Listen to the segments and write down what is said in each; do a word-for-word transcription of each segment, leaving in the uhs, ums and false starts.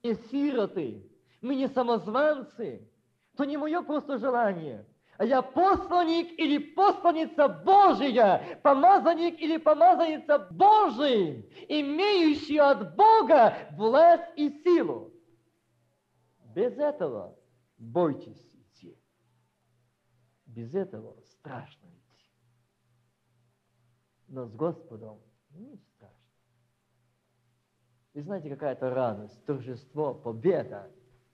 не сироты, мы не самозванцы, то не мое просто желание, а я посланник или посланница Божия, помазанник или помазанница Божий, имеющий от Бога власть и силу. Без этого бойтесь идти. Без этого страшно идти. Но с Господом не страшно. И знаете, какая-то радость, торжество, победа.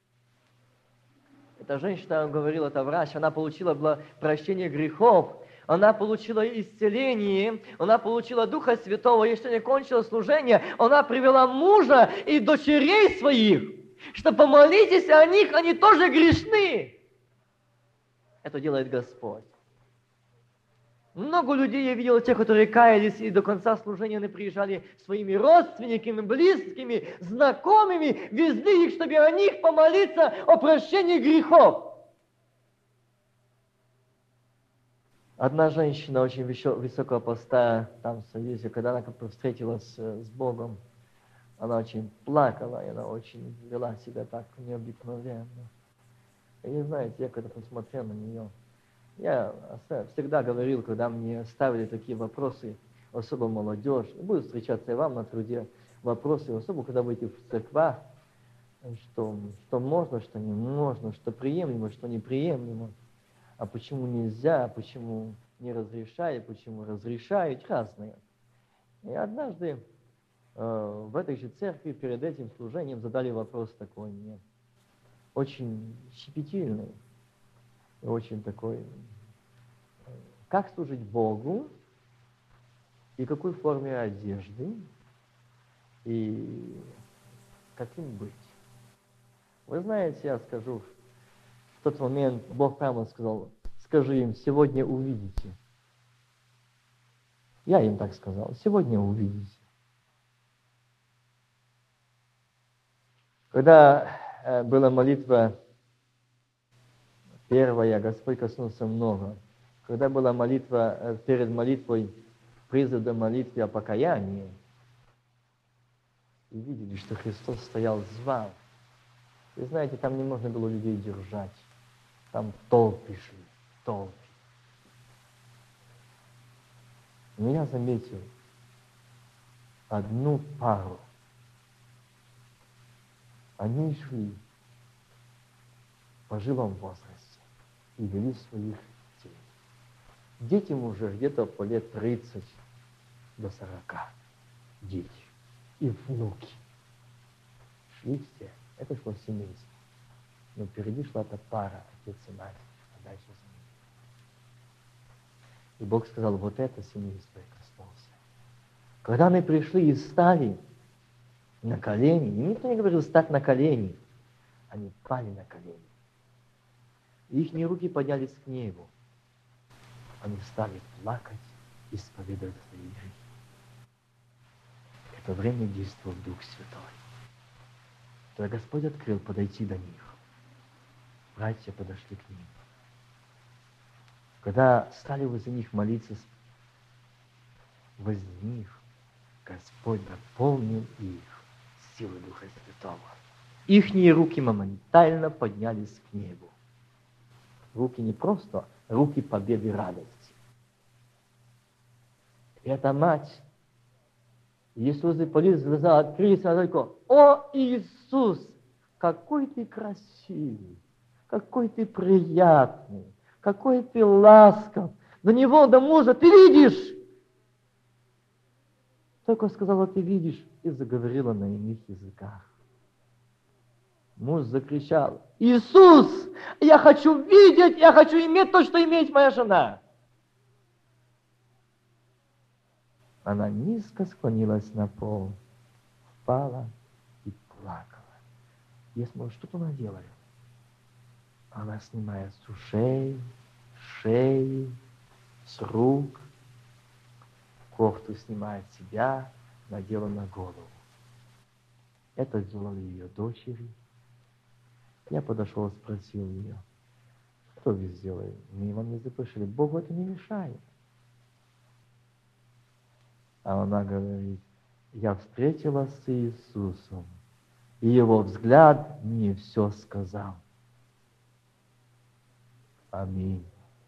Эта женщина говорила, это врач, она получила прощение грехов, она получила исцеление, она получила Духа Святого, если не кончила служение, она привела мужа и дочерей своих, что помолитесь о них, они тоже грешны. Это делает Господь. Много людей я видел, тех, которые каялись и до конца служения не приезжали своими родственниками, близкими, знакомыми, везли их, чтобы о них помолиться о прощении грехов. Одна женщина очень высокого поста там в Союзе, когда она встретилась с Богом, она очень плакала, и она очень вела себя так необыкновенно. И не знаете, я когда посмотрел на нее, я всегда говорил, когда мне ставили такие вопросы, особо молодежь, будет встречаться и вам на труде вопросы, особо когда будете в церквах, что, что можно, что не можно, что приемлемо, что неприемлемо, а почему нельзя, почему не разрешают, почему разрешают, разные. И однажды э, в этой же церкви перед этим служением задали вопрос такой мне, очень щепетильный, очень такой, как служить Богу, и какой форме одежды, и каким быть. Вы знаете, я скажу, в тот момент Бог прямо сказал, скажи им, сегодня увидите. Я им так сказал, сегодня увидите. Когда э, была молитва первая, Господь коснулся много. Когда была молитва, э, перед молитвой, призыв до молитвы о покаянии, и видели, что Христос стоял, звал. Вы знаете, там не можно было людей держать. Там толпы шли, толпы. Но я заметил одну пару. Они шли в пожилом возрасте и вели своих детей. Детям уже где-то по лет тридцать до сорока. Дети и внуки. Шли все. Это шло семейство. Но впереди шла эта пара, отец и мать, а дальше за ними. И Бог сказал, вот это семейство и коснулся. Когда они пришли и стали на колени, и никто не говорил стать на колени, они пали на колени. И их руки поднялись к небу. Они стали плакать, исповедовать свои грехи. Это время действовал Дух Святой. Тогда Господь открыл подойти до них. Братья подошли к ним. Когда стали возле них молиться, возле них Господь наполнил их силой Духа Святого. Ихние руки моментально поднялись к небу. Руки не просто, руки победы и радости. И эта мать, Иисус и полез глаза, открылись, она только, о Иисус, какой ты красивый, какой ты приятный, какой ты ласков. До него, до мужа, ты видишь? Только сказала, ты видишь, и заговорила на иных языках. Муж закричал, Иисус, я хочу видеть, я хочу иметь то, что имеет моя жена. Она низко склонилась на пол, впала и плакала. Я смотрю, что она делает? Она снимает с ушей, шеи, с рук, кофту снимает с себя, надела на голову. Это сделали ее дочери. Я подошел и спросил ее, что вы сделали? Мы вам не запрещали, Богу это не мешает. А она говорит, я встретилась с Иисусом, и его взгляд мне все сказал. Аминь.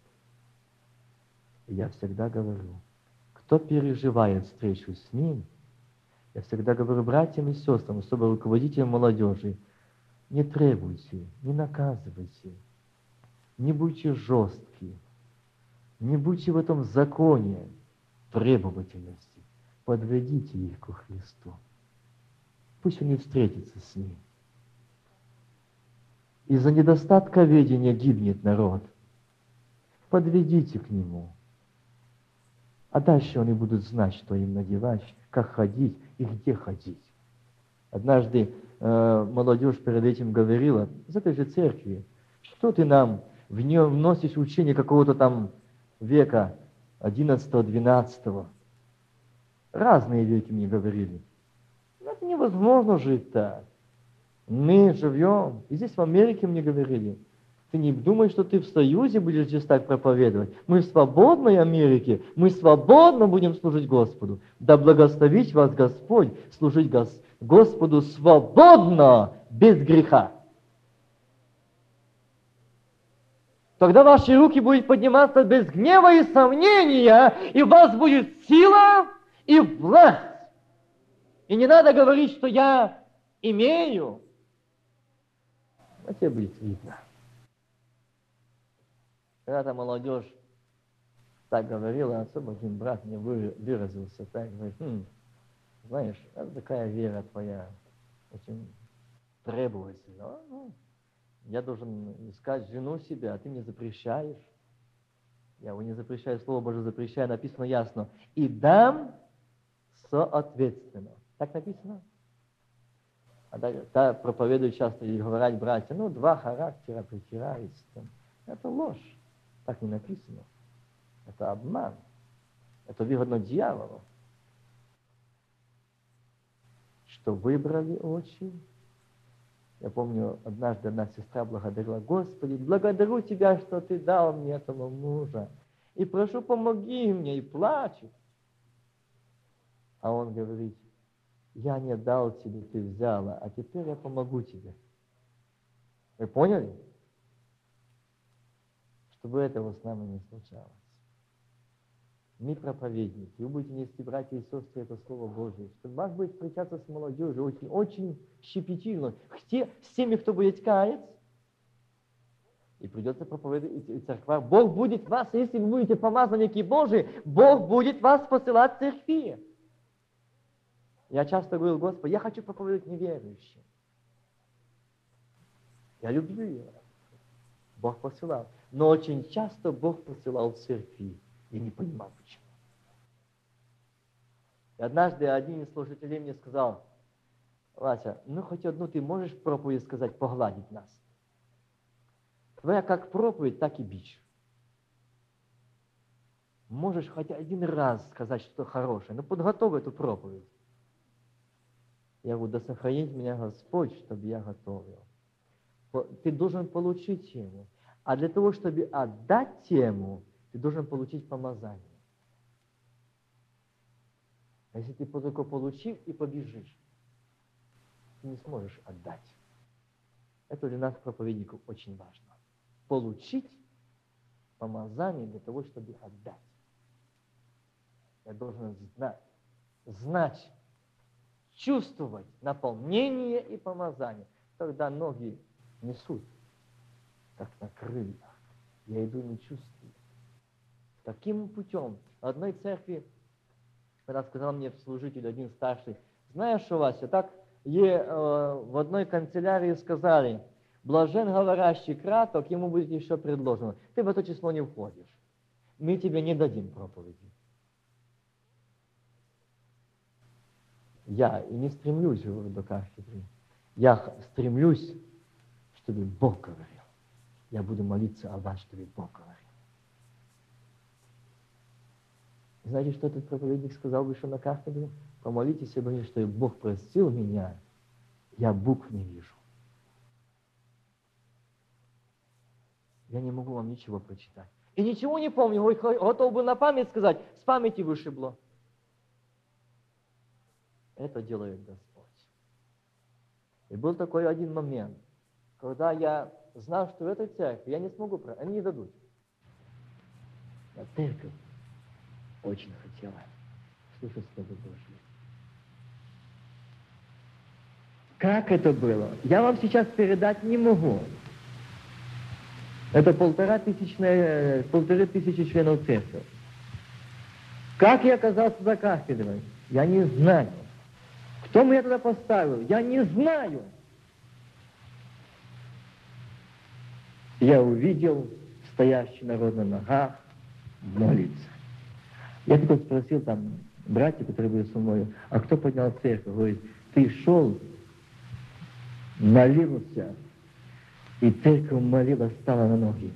И я всегда говорю, кто переживает встречу с Ним, я всегда говорю братьям и сестрам, особенно руководителям молодежи, не требуйте, не наказывайте, не будьте жесткие, не будьте в этом законе требовательности. Подведите их ко Христу. Пусть они встретятся с Ним. Из-за недостатка ведения гибнет народ. Подведите к Нему. А дальше они будут знать, что им надевать, как ходить и где ходить. Однажды э, молодежь перед этим говорила, из этой же церкви, что ты нам в нее вносишь учение какого-то там века одиннадцатого-двенадцатого. Разные веки мне говорили. Но это невозможно жить так. Мы живем, и здесь в Америке мне говорили, ты не думай, что ты в Союзе будешь здесь так проповедовать. Мы в свободной Америке, мы свободно будем служить Господу. Да благословить вас Господь, служить Гос- Господу свободно, без греха. Тогда ваши руки будут подниматься без гнева и сомнения, и у вас будет сила и власть. И не надо говорить, что я имею. А тебе будет видно. Когда-то молодежь так говорила, особо один брат мне выразился так, говорит, хм, знаешь, это такая вера твоя, очень требовательная. Ну, я должен искать жену себя, а ты мне запрещаешь. Я его не запрещаю, Слово Божие запрещаю, написано ясно. И дам соответственно. Так написано? А да, да, проповедуют часто и говорят братья, ну, два характера притираются. Это ложь. Так не написано. Это обман. Это выгодно дьяволу. Что выбрали очень. Я помню, однажды одна сестра благодарила, Господи, благодарю Тебя, что Ты дал мне этого мужа. И прошу, помоги мне, и плачет. А он говорит, я не дал тебе, ты взяла, а теперь я помогу тебе. Вы поняли? Чтобы этого с нами не случалось. Мы проповедники, вы будете нести, братья и сестры, это Слово Божие. Чтобы вас будет встречаться с молодежью очень, очень щепетильно. Те, с теми, кто будет каяться, и придется проповедовать в церквах. Бог будет вас, если вы будете помазанники Божии, Бог будет вас посылать в церкви. Я часто говорил, Господи, я хочу проповедовать неверующим. Я люблю его. Бог посылал. Но очень часто Бог посылал в церкви. Я не понимал, почему. И однажды один из служителей мне сказал, Вася, ну хоть одну ты можешь проповедь сказать, погладить нас? Твоя как проповедь, так и бич. Можешь хоть один раз сказать что-то хорошее, но подготовь эту проповедь. Я говорю, да сохранит меня Господь, чтобы я готовил. Ты должен получить тему. А для того, чтобы отдать тему, ты должен получить помазание. А если ты только получив и побежишь, ты не сможешь отдать. Это для нас, проповедников, очень важно. Получить помазание для того, чтобы отдать. Я должен знать, знать, чувствовать наполнение и помазание. Тогда ноги несут, как на крыльях. Я иду не чувствую. Таким путем. В одной церкви, когда сказал мне служитель, один старший, знаешь что, Вася, так е, э, в одной канцелярии сказали, блажен говорящий краток, ему будет еще предложено. Ты в это число не входишь. Мы тебе не дадим проповеди. Я и не стремлюсь до кафедры. Я стремлюсь, чтобы Бог говорил. Я буду молиться о вас, чтобы Бог говорил. Знаете, что этот проповедник сказал выше на кафедре? Помолитесь обо мне, чтобы Бог простил меня. Я букв не вижу. Я не могу вам ничего прочитать. И ничего не помню. Готов бы на память сказать, с памяти вышибло. Это делает Господь. И был такой один момент, когда я знал, что в этой церкви я не смогу, они не дадут. А церковь очень хотела слушать Слово Божье. Как это было? Я вам сейчас передать не могу. Это полтора тысячные, полторы тысячи членов церкви. Как я оказался за кафедрой? Я не знаю. Кто меня туда поставил? Я не знаю. Я увидел стоящий народ на ногах, молиться. Я только спросил там братья, которые были со мной, а кто поднял церковь? Говорит, ты шел, молился, и церковь молилась, стала на ноги.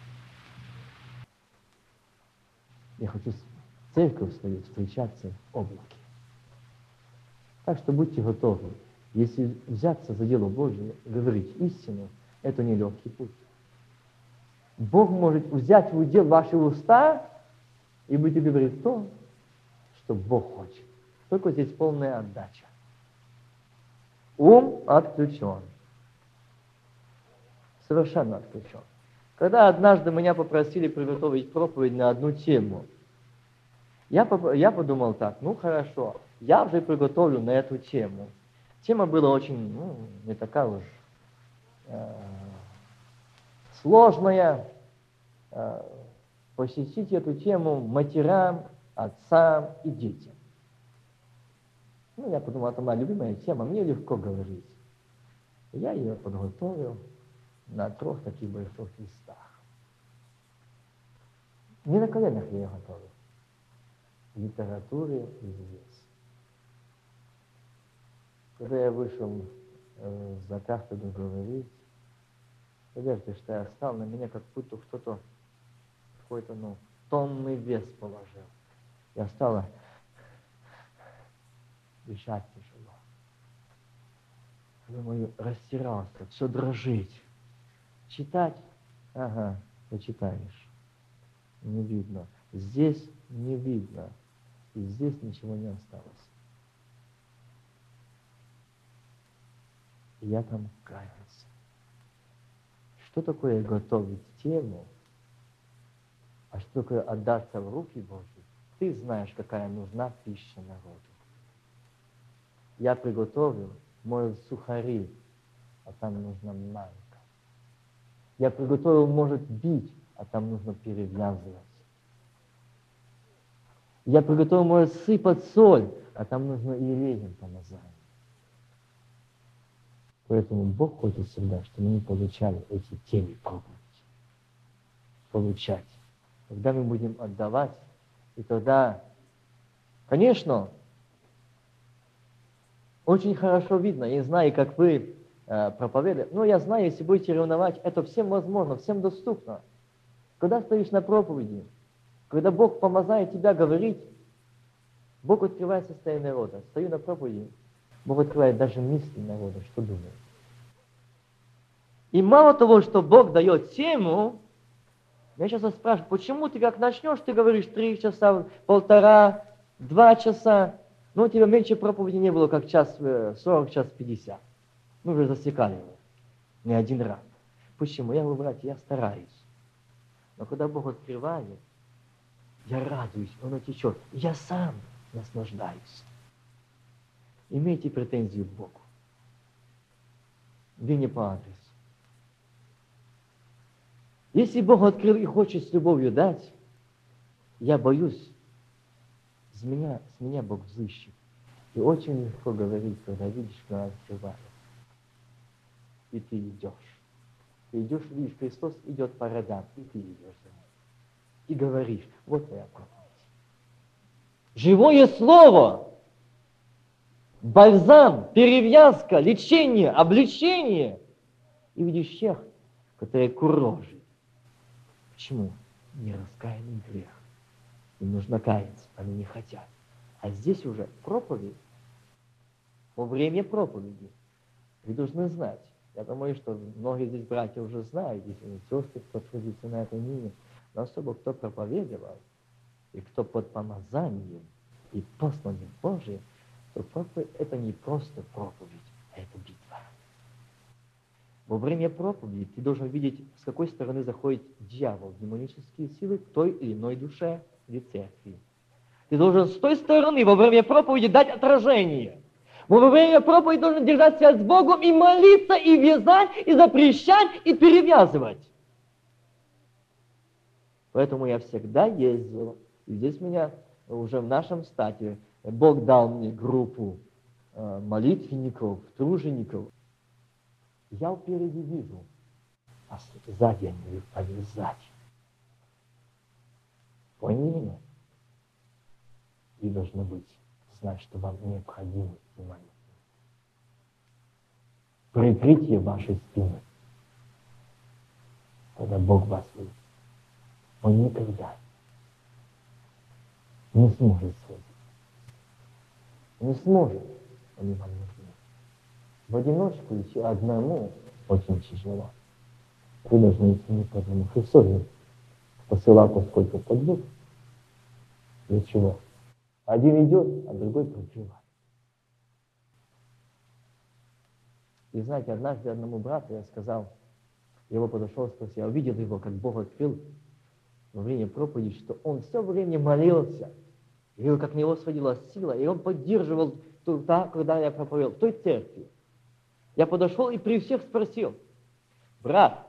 Я хочу с церковью свою встречаться в облаке. Так что будьте готовы. Если взяться за дело Божие, говорить истину, это нелегкий путь. Бог может взять в удел ваши уста и будете говорить то, что Бог хочет. Только здесь полная отдача. Ум отключен. Совершенно отключен. Когда однажды меня попросили приготовить проповедь на одну тему, я, я подумал так, ну хорошо, я уже приготовлю на эту тему. Тема была очень, ну, не такая уж э, сложная. Э, посвятить эту тему матерям, отцам и детям. Ну, я подумал, это моя любимая тема, мне легко говорить. И я ее подготовил на трех таких больших листах. Не на коленях я ее готовил. В литературе и здесь. Когда я вышел э, за кафедру говорить, поверьте, что я стал, на меня как будто кто-то какой-то, ну, тонный вес положил. Я стала дышать тяжело. Думаю, растирался, все дрожить. Читать? Ага, почитаешь. Не видно. Здесь не видно. И здесь ничего не осталось. И я там каялся. Что такое готовить тему? А что такое отдаться в руки Божьи? Ты знаешь, какая нужна пища народу. Я приготовил, может, сухари, а там нужна манка. Я приготовил, может, бить, а там нужно перевязывать. Я приготовил, может, сыпать соль, а там нужно иереем помазать. Поэтому Бог хочет всегда, чтобы мы получали эти темы проповеди. Получать. Когда мы будем отдавать, и тогда, конечно, очень хорошо видно, я знаю, как вы э, проповедуете, но я знаю, если будете ревновать, это всем возможно, всем доступно. Когда стоишь на проповеди, когда Бог помазает тебя говорить, Бог открывает состояние народа. Стою на проповеди, Бог открывает даже мысли народа, что думает. И мало того, что Бог дает тему, я сейчас вас спрашиваю, почему ты как начнешь, ты говоришь три часа, полтора, два часа, но у тебя меньше проповеди не было, как час сорок, час пятьдесят. Мы уже засекали его. Не один раз. Почему? Я говорю, братья, я стараюсь. Но когда Бог открывает, я радуюсь, оно течет. Я сам наслаждаюсь. Имейте претензию к Богу. Вы не по адресу. Если Бог открыл и хочет с любовью дать, я боюсь, с меня, с меня Бог взыщет. И очень легко говорить, когда видишь, что Он открывает. И ты идешь. Ты идешь, видишь, Христос идет по рядам, и ты идешь за Ним. И говоришь, вот твоя проповедь. Живое Слово, бальзам, перевязка, лечение, обличение. И видишь тех, которые курожи. Почему? Нераскаянный грех. Им нужно каяться, они не хотят. А здесь уже проповедь. Во время проповеди вы должны знать. Я думаю, что многие здесь братья уже знают, если сестры, кто трудится на этой нине, но особо кто проповедовал, и кто под помазанием и посланием Божиим, то проповедь — это не просто проповедь, а это битва. Во время проповеди ты должен видеть, с какой стороны заходит дьявол, демонические силы к той или иной душе или церкви. Ты должен с той стороны во время проповеди дать отражение. Во время проповеди должен держать связь с Богом и молиться, и вязать, и запрещать, и перевязывать. Поэтому я всегда ездил. И здесь меня уже в нашем стате Бог дал мне группу э, молитвенников, тружеников. Я впереди вижу, а сзади они, они сзади. Поняли меня? И должно быть, знать, что вам необходимо внимание. Прикрытие вашей спины. Когда Бог вас видит, Он никогда не сможет сводить. Не сможет. Они вам нужны. В одиночку идти одному очень тяжело. Вы должны идти не по одному. Христос же посылал поскольку по двух. Для чего? Один идет, а другой прикрывает. И знаете, однажды одному брату я сказал, его подошел и спросил, я увидел его, как Бог открыл во время проповеди, что он все время молился. И видел, как на него сводила сила, и он поддерживал туда, когда я проповедовал, в той церкви. Я подошел и при всех спросил, брат,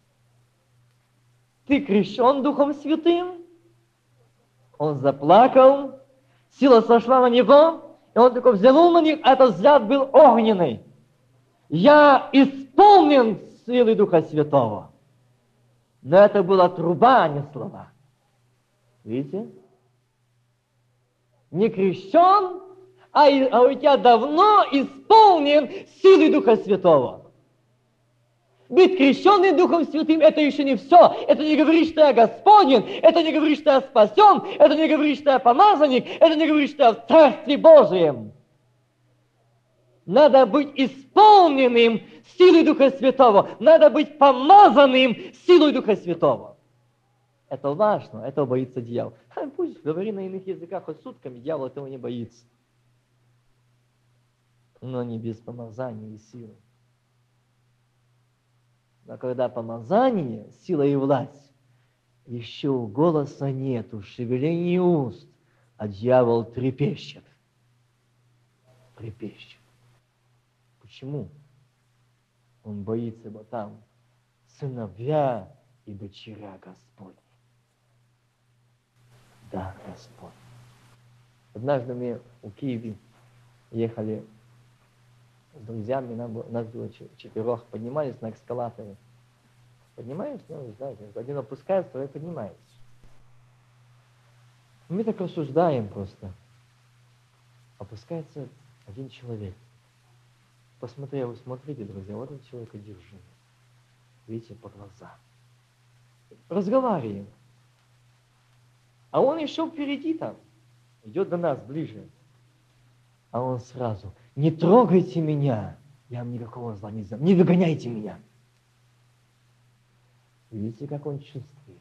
ты крещен Духом Святым? Он заплакал, сила сошла на него, и он только взглянул на них, а этот взгляд был огненный. Я исполнен силой Духа Святого. Но это была труба, а не слова. Видите? Не крещен, а, и, а у тебя давно исполнен силой Духа Святого. Быть крещенным Духом Святым – это еще не все. Это не говорит, что я Господень, это не говорит, что я спасен, это не говорит, что я помазанник, это не говорит, что я в Царстве Божьем. Надо быть исполненным силой Духа Святого. Надо быть помазанным силой Духа Святого. Это важно, этого боится дьявол. Пусть говори на иных языках хоть сутками, дьявол этого не боится. Но не без помазания и силы. Но когда помазание, сила и власть, еще голоса нету, шевеления уст, а дьявол трепещет. Трепещет. Почему? Он боится, ибо там сыновья и дочеря Господни. Да, Господь. Однажды мы в Киеве ехали с друзьями, нас было четырех, поднимались на эскалаторе. Поднимаешься, ну, знаете, один опускается, второй поднимается. Мы так рассуждаем просто. Опускается один человек. Посмотрел, смотрите, друзья, вот этот человек одержимый. Видите, по глазам. Разговариваем. А он еще впереди там. Идет до нас ближе. А он сразу, не трогайте меня, я вам никакого зла не сделаю, не выгоняйте меня. Видите, как он чувствует?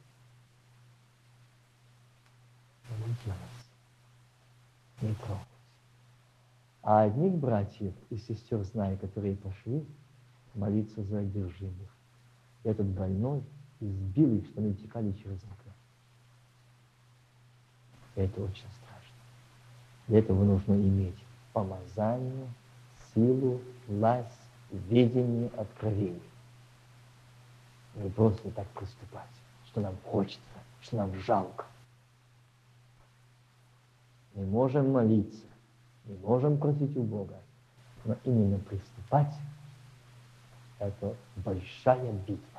Не делать, не трогать. А одних братьев и сестер знаю, которые пошли молиться за одержимых. Этот больной избил их, что они утекали через окна. И это очень страшно. Для этого нужно иметь помазание, силу, власть, видение, откровение. Не просто так приступать, что нам хочется, что нам жалко. Мы можем молиться, мы можем просить у Бога, но именно приступать – это большая битва.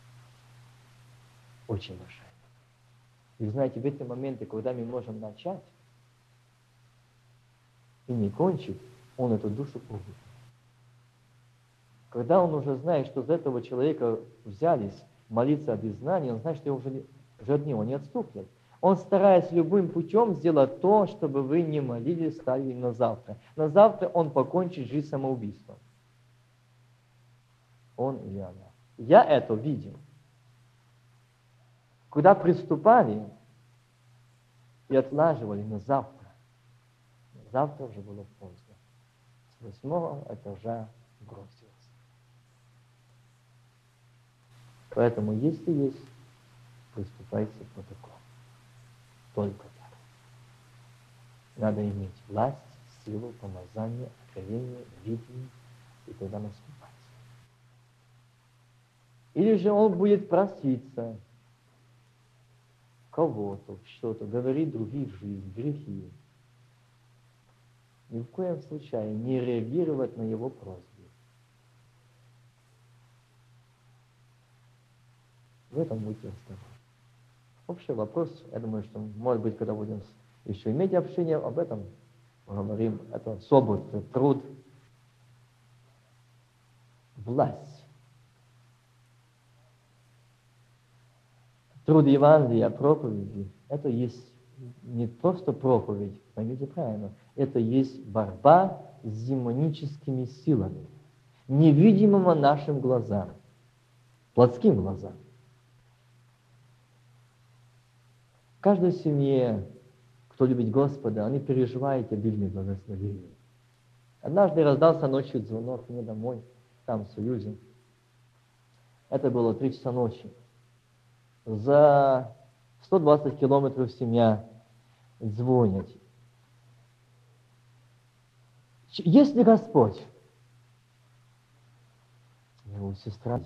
Очень большая. И знаете, в эти моменты, когда мы можем начать и не кончить, он эту душу погубит. Когда он уже знает, что за этого человека взялись молиться об изгнании, он знает, что его уже, уже от него не отступят. Он старается любым путем сделать то, чтобы вы не молились, ставили на завтра. На завтра он покончит жизнь самоубийством. Он или она. Я это видел. Когда приступали и отлаживали на завтра, завтра уже было поздно. С восьмого этажа бросилось. Поэтому, если есть, приступайте к протоколу. Только так. Надо иметь власть, силу, помазание, откровение, видение, и тогда наступать. Или же он будет проситься кого-то, что-то, говорить других жизнь, грехи. Ни в коем случае не реагировать на его просьбы. В этом будьте осторожны. Общий вопрос, я думаю, что, может быть, когда будем еще иметь общение, об этом поговорим. Это свобода, труд, власть. Труд Евангелия, проповеди, это есть не просто проповедь, поймите правильно, это есть борьба с демоническими силами, невидимыми нашим глазам, плотским глазам. В каждой семье, кто любит Господа, они переживают обильные благословения. Однажды раздался ночью звонок мне домой, там, в Союзе. Это было три часа ночи. За сто двадцать километров семья звонит. Есть ли Господь? Я говорю, сестра,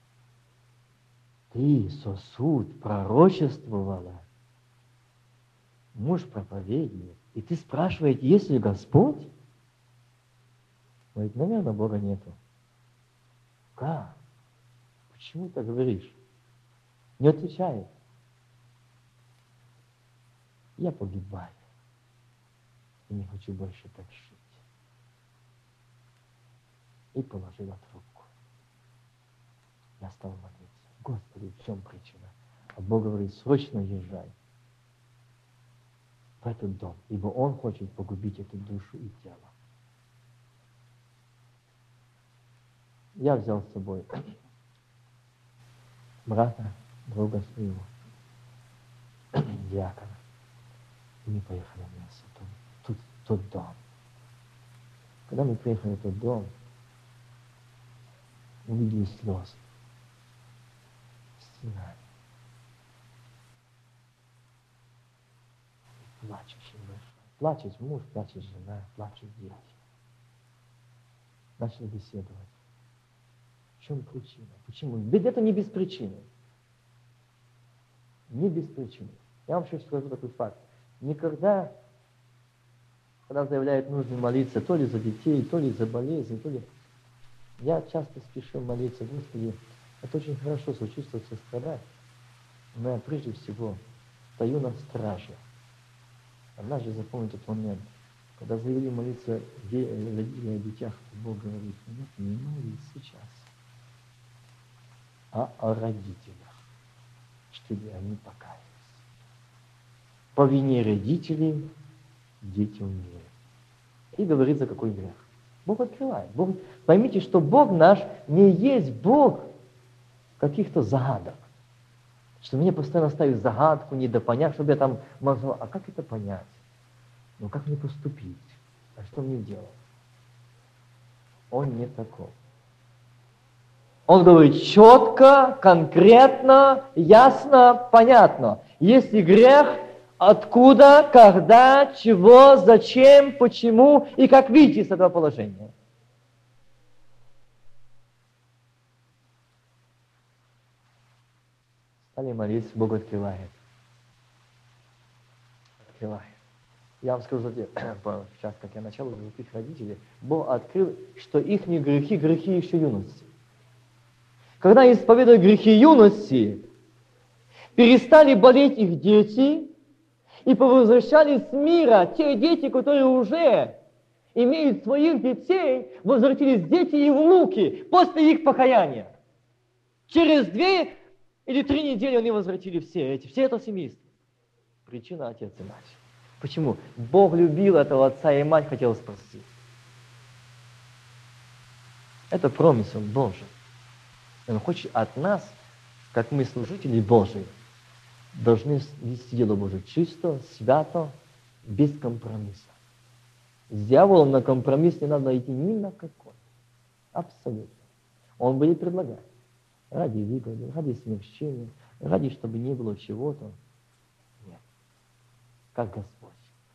ты сосуд пророчествовала, муж проповедует, и ты спрашиваешь, есть ли Господь? Говорит, наверное, Бога нету. Как? Почему ты говоришь? Не отвечает. Я погибаю. И не хочу больше так жить. И положила трубку. Я стал молиться. Господи, в чем причина? А Бог говорит, срочно езжай в этот дом, ибо Он хочет погубить эту душу и тело. Я взял с собой брата, друга своего, диакона. И мы поехали вместе в тот, тот дом. Когда мы приехали в тот дом, увидели слезы, стенания. Плачущий муж. Плачет муж, плачет жена, плачут дети. Начали беседовать. В чем причина? Почему? Ведь это не без причины. Не без причины. Я вам сейчас скажу такой факт. Никогда, когда заявляют, нужно молиться то ли за детей, то ли за болезни, то ли... Я часто спешил молиться, Господи, это очень хорошо сочувствовать, сострадать. Но я прежде всего стою на страже. Однажды запомню тот момент, когда заявили молиться родители о детях, Бог говорит, нет, не молись сейчас, а о родителях, чтобы они покаялись. По вине родителей дети умерли. И говорит, за какой грех. Бог открывает. Бог... Поймите, что Бог наш не есть Бог каких-то загадок. Что мне постоянно ставят загадку, недопонять, чтобы я там могла, а как это понять? Ну как мне поступить? А что мне делать? Он не такой. Он говорит четко, конкретно, ясно, понятно. Если грех, откуда, когда, чего, зачем, почему и как выйти из этого положения. Стали молиться, Бог открывает. Открывает. Я вам скажу, сейчас, как я начал у их родителей, Бог открыл, что их не грехи, грехи еще юности. Когда исповедуют грехи юности, перестали болеть их дети, и повозвращались с мира те дети, которые уже имеют своих детей, возвратились дети и внуки после их покаяния. Через две или три недели они возвратили все эти, все это семейство. Причина отец и мать. Почему? Бог любил этого отца и мать, хотел спасти. Это промысел Божий. Он хочет от нас, как мы служители Божии, должны вести дело Божие чисто, свято, без компромисса. С дьяволом на компромисс не надо идти ни на какой. Абсолютно. Он будет предлагать. ради выгоды, ради смягчения, ради, чтобы не было чего-то. Нет. Как Господь.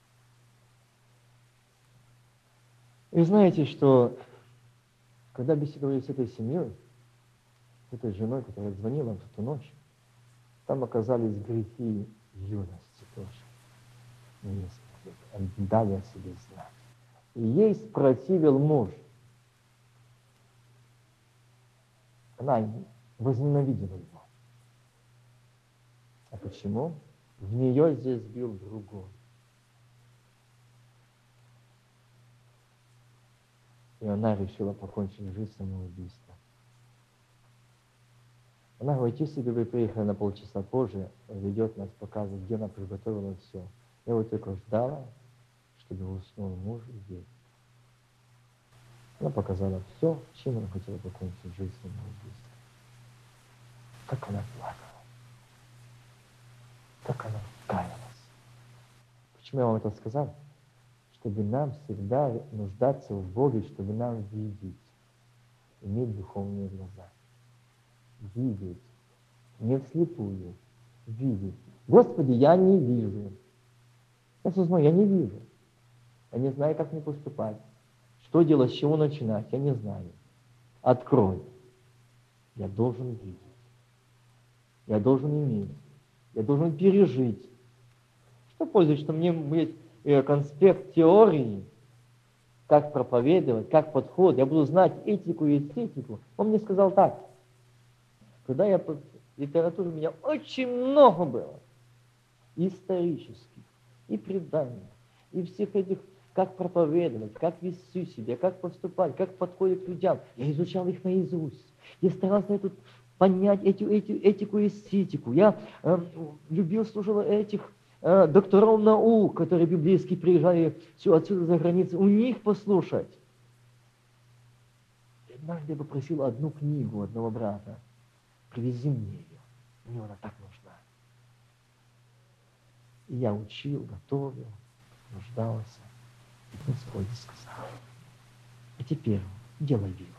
И знаете, что когда беседовали с этой семьей, с этой женой, которая звонила в эту ночь, там оказались грехи юности тоже. Они дали о себе знать. И ей спротивил муж. Она возненавидела его. А почему? В нее здесь бил другой. И она решила покончить жизнь самоубийством. Она говорит, если бы вы приехали на полчаса позже, ведет нас, показывает, где она приготовила все. Я вот только ждала, чтобы уснул муж и дети. Она показала все, чем она хотела покончить жизнь самоубийством. Как она плакала. Как она каялась. Почему я вам это сказал? Чтобы нам всегда нуждаться в Боге, чтобы нам видеть, иметь духовные глаза. Видеть. Не вслепую. Видеть. Господи, я не вижу. Я смотрю, я не вижу. Я не знаю, как мне поступать. Что делать, с чего начинать, я не знаю. Открой. Я должен видеть. Я должен иметь. Я должен пережить. Что пользуется, что мне есть конспект теории, как проповедовать, как подход. Я буду знать этику и эстетику. Он мне сказал так. Когда я по литературе, у меня очень много было. Исторических, и преданий, и всех этих, как проповедовать, как вести себя, как поступать, как подходить к людям. Я изучал их наизусть. Я старался тут понять эту, эту этику и эстетику. Я э, любил, слушал этих э, докторов наук, которые библейские приезжали все отсюда за границу, у них послушать. И однажды я попросил одну книгу одного брата. Привези мне ее. Мне она так нужна. И я учил, готовил, нуждался. И Господь сказал. А теперь делай вывод.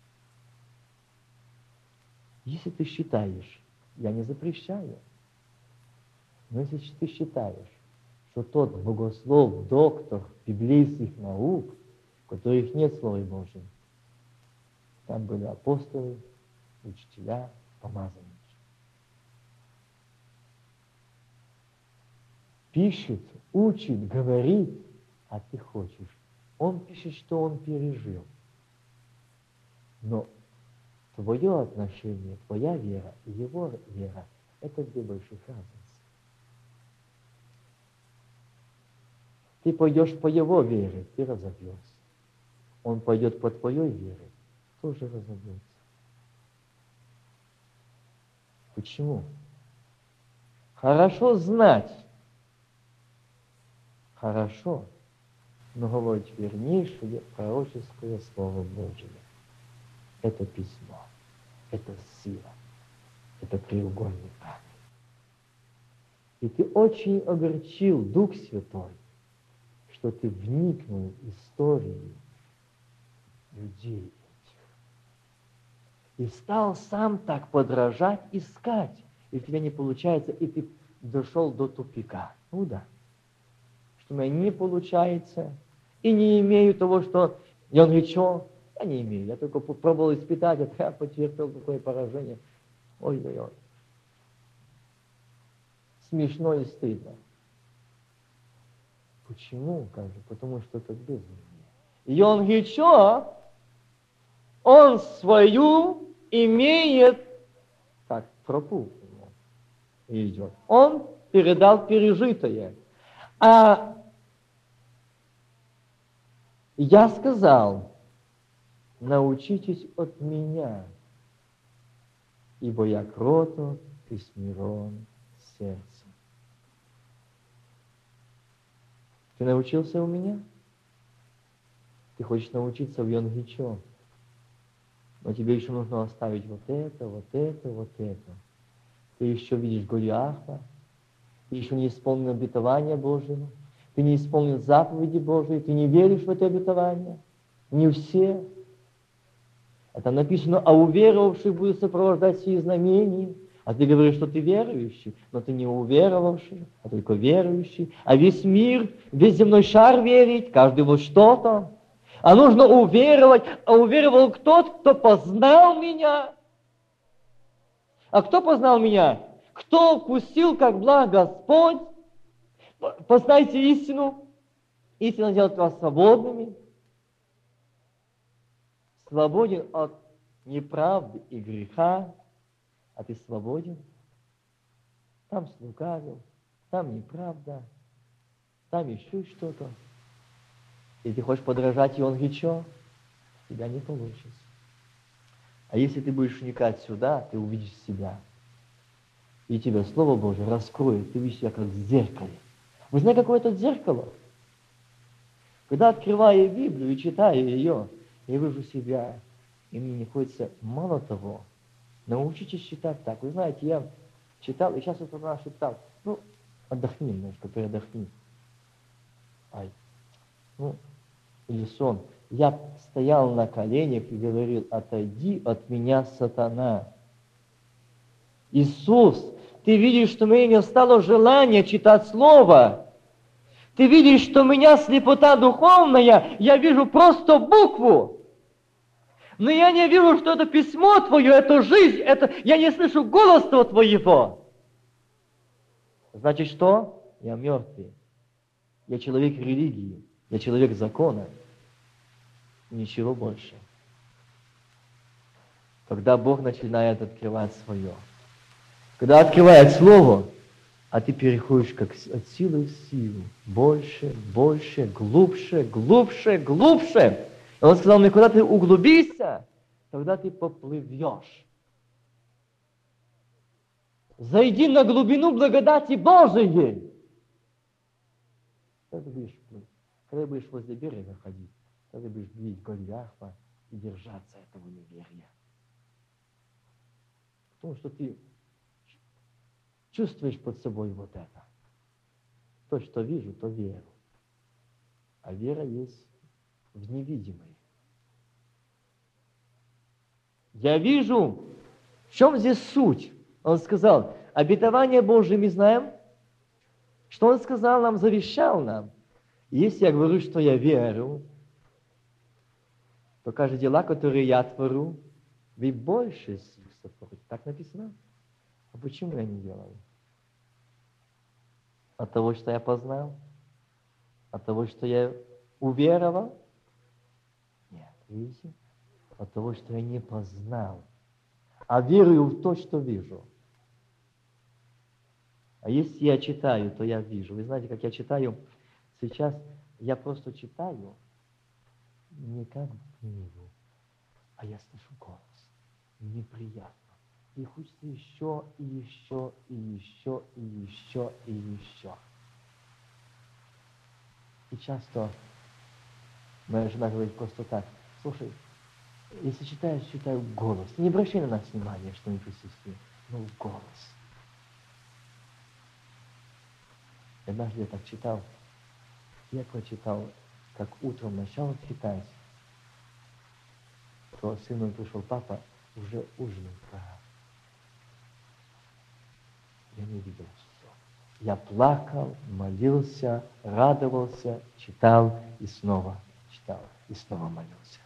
Если ты считаешь, я не запрещаю, но если ты считаешь, что тот богослов, доктор библейских наук, у которых нет Слова Божьего, там были апостолы, учителя, помазанники. Пишет, учит, говорит, а ты хочешь. Он пишет, что он пережил. Но твое отношение, твоя вера и его вера – это две больших разницы. Ты пойдешь по его вере, ты разобьешься. Он пойдет по твоей вере, тоже разобьется. Почему? Хорошо знать. Хорошо. Но говорить вернейшее пророческое Слово Божие. Это письмо. Это сила. Это треугольный камень. И ты очень огорчил Дух Святой, что ты вникнул в историю людей этих. И стал сам так подражать, искать. И у тебя не получается, и ты дошел до тупика. Ну да. Что у меня не получается, и не имею того, что... И он говорит, что? Я не имею. Я только попробовал испытать, а я потерпел такое поражение. Ой-ой-ой. Смешно и стыдно. Почему? Как же? Потому что это без меня. И он говорит, что? Он свою имеет, как тропу идет. Он передал пережитое. А я сказал, научитесь от меня, ибо я кроток и смирен сердцем. Ты научился у меня? Ты хочешь научиться в Йонгичо, но тебе еще нужно оставить вот это, вот это, вот это. Ты еще видишь Голиафа, ты еще не исполнил обетования Божьего, ты не исполнил заповеди Божьи, ты не веришь в это обетование. Не все. А там написано, а уверовавших будет сопровождать сии знамения. А ты говоришь, что ты верующий, но ты не уверовавший, а только верующий. А весь мир, весь земной шар верит, каждый во что-то. А нужно уверовать. А уверовал тот, кто познал меня. А кто познал меня? Кто вкусил, как благ Господь? Познайте истину. Истина делает вас свободными. Свободен от неправды и греха. А ты свободен? Там слукавил, там неправда, там еще что-то. И ты хочешь подражать Иону Гичо, у тебя не получится. А если ты будешь вникать сюда, ты увидишь себя. И тебя Слово Божие раскроет, ты видишь себя как в зеркале. Вы знаете, какое это зеркало? Когда открываю Библию и читаю ее, я вижу себя, и мне не хочется мало того, научитесь читать так. Вы знаете, я читал, и сейчас это наш читал. Ну, отдохни немножко, передохни. Ай, ну, или сон. Я стоял на коленях и говорил, отойди от меня, сатана. Иисус, ты видишь, что у меня не стало желания читать Слово. Ты видишь, что у меня слепота духовная, я вижу просто букву. Но я не вижу, что это письмо Твое, это жизнь, это... я не слышу голос Твоего. Значит, что? Я мертвый. Я человек религии. Я человек закона. Ничего больше. Когда Бог начинает открывать свое. Когда открывает Слово, а ты переходишь как от силы в силу. Больше, больше, глубже, глубже, глубже. И Он сказал мне, куда ты углубишься, тогда ты поплывешь. Зайди на глубину благодати Божией. Когда ты будешь плыть, когда будешь возле берега ходить, тогда будешь бить Голиафа и держаться этого неверия. Потому что ты чувствуешь под собой вот это. То, что вижу, то веру. А вера есть в невидимой. Я вижу, в чем здесь суть. Он сказал, обетование Божие мы знаем. Что Он сказал нам, завещал нам. Если я говорю, что я верю, то каждые дела, которые я творю, вы больше их сотворите. Так написано. А почему я не делаю? От того, что я познал? От того, что я уверовал? Нет, видите? От того, что я не познал, а верую в то, что вижу. А если я читаю, то я вижу. Вы знаете, как я читаю? Сейчас я просто читаю не как книгу, а я слышу голос. Мне приятно. И хочется еще, и еще, и еще, и еще, и еще. И часто моя жена говорит просто так, слушай, если читаешь, читаю в голос. Не обращай на нас внимания, что мы присутствуем, но в голос. Однажды я так читал, я прочитал, как утром начал читать, то сын мой пришел, папа, уже ужинать пора. Я не видел все. Я плакал, молился, радовался, читал и снова читал, и снова молился.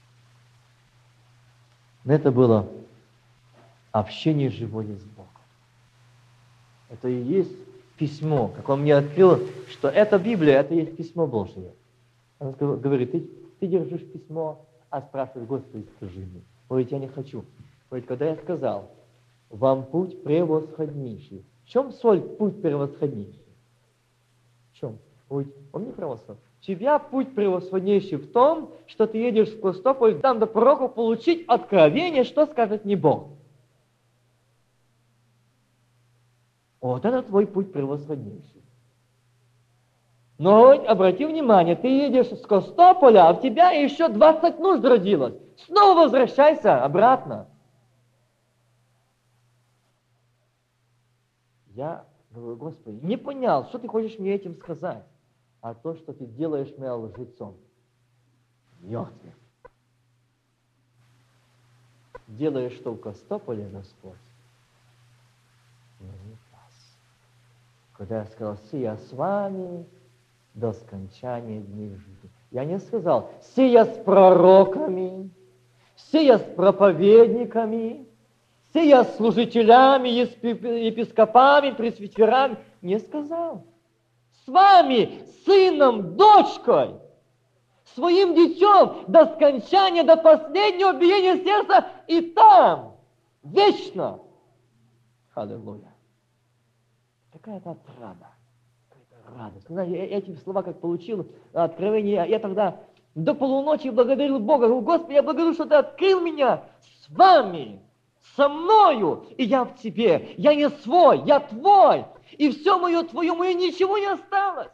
Но это было общение живое с Богом. Это и есть письмо, как Он мне открыл, что это Библия, это есть письмо Божие. Он говорит, ты, ты держишь письмо, а спрашивает, Господи, скажи мне. Говорит, я не хочу. Говорит, когда я сказал, вам путь превосходнейший. В чем соль путь превосходнейший? В чем? Говорит, он не превосходный. У тебя путь превосходнейший в том, что ты едешь в Костополь, там до пророка получить откровение, что скажет не Бог. Вот это твой путь превосходнейший. Но обрати внимание, ты едешь с Костополя, а в тебя еще двадцать нужд родилось. Снова возвращайся обратно. Я говорю, Господи, не понял, что ты хочешь мне этим сказать, а то, что ты делаешь меня лжецом, мертвым. делаешь только стополе, Господь, но не вас. Когда я сказал, сия с вами до скончания дней жизни. Я не сказал, сия с пророками, сия с проповедниками, сия с служителями, епископами, пресвитерами. Не сказал. С вами, сыном, дочкой, своим детем до скончания, до последнего биения сердца и там, вечно. Аллилуйя. Какая-то отрада, какая-то радость. Знаете, эти слова, как получил откровение, я тогда до полуночи благодарил Бога. Говорю, Господи, я благодарю, что Ты открыл меня с вами, со мною, и я в Тебе. Я не свой, я Твой. И все мое Твое, мое ничего не осталось.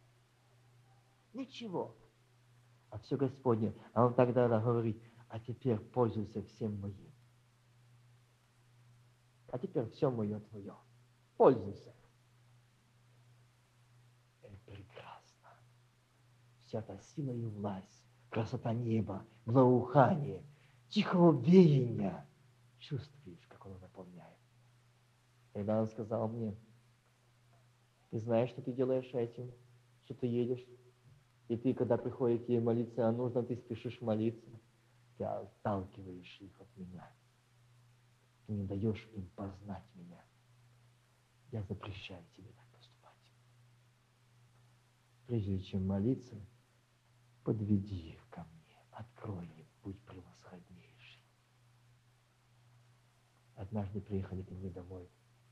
Ничего. А все Господне. А Он тогда говорит, а теперь пользуйся всем моим. А теперь все мое Твое. Пользуйся. Это прекрасно. Вся та сила и власть, красота неба, благоухание, тихого веяния. Чувствуешь, как оно наполняет. Когда Он сказал мне, ты знаешь, что ты делаешь этим, что ты едешь, и ты, когда приходишь к ей молиться, а нужно, ты спешишь молиться, ты отталкиваешь их от меня. Ты не даешь им познать меня. Я запрещаю тебе так поступать. Прежде чем молиться, подведи их ко мне, открой им, будь превосходнейший. Однажды приехали ко мне домой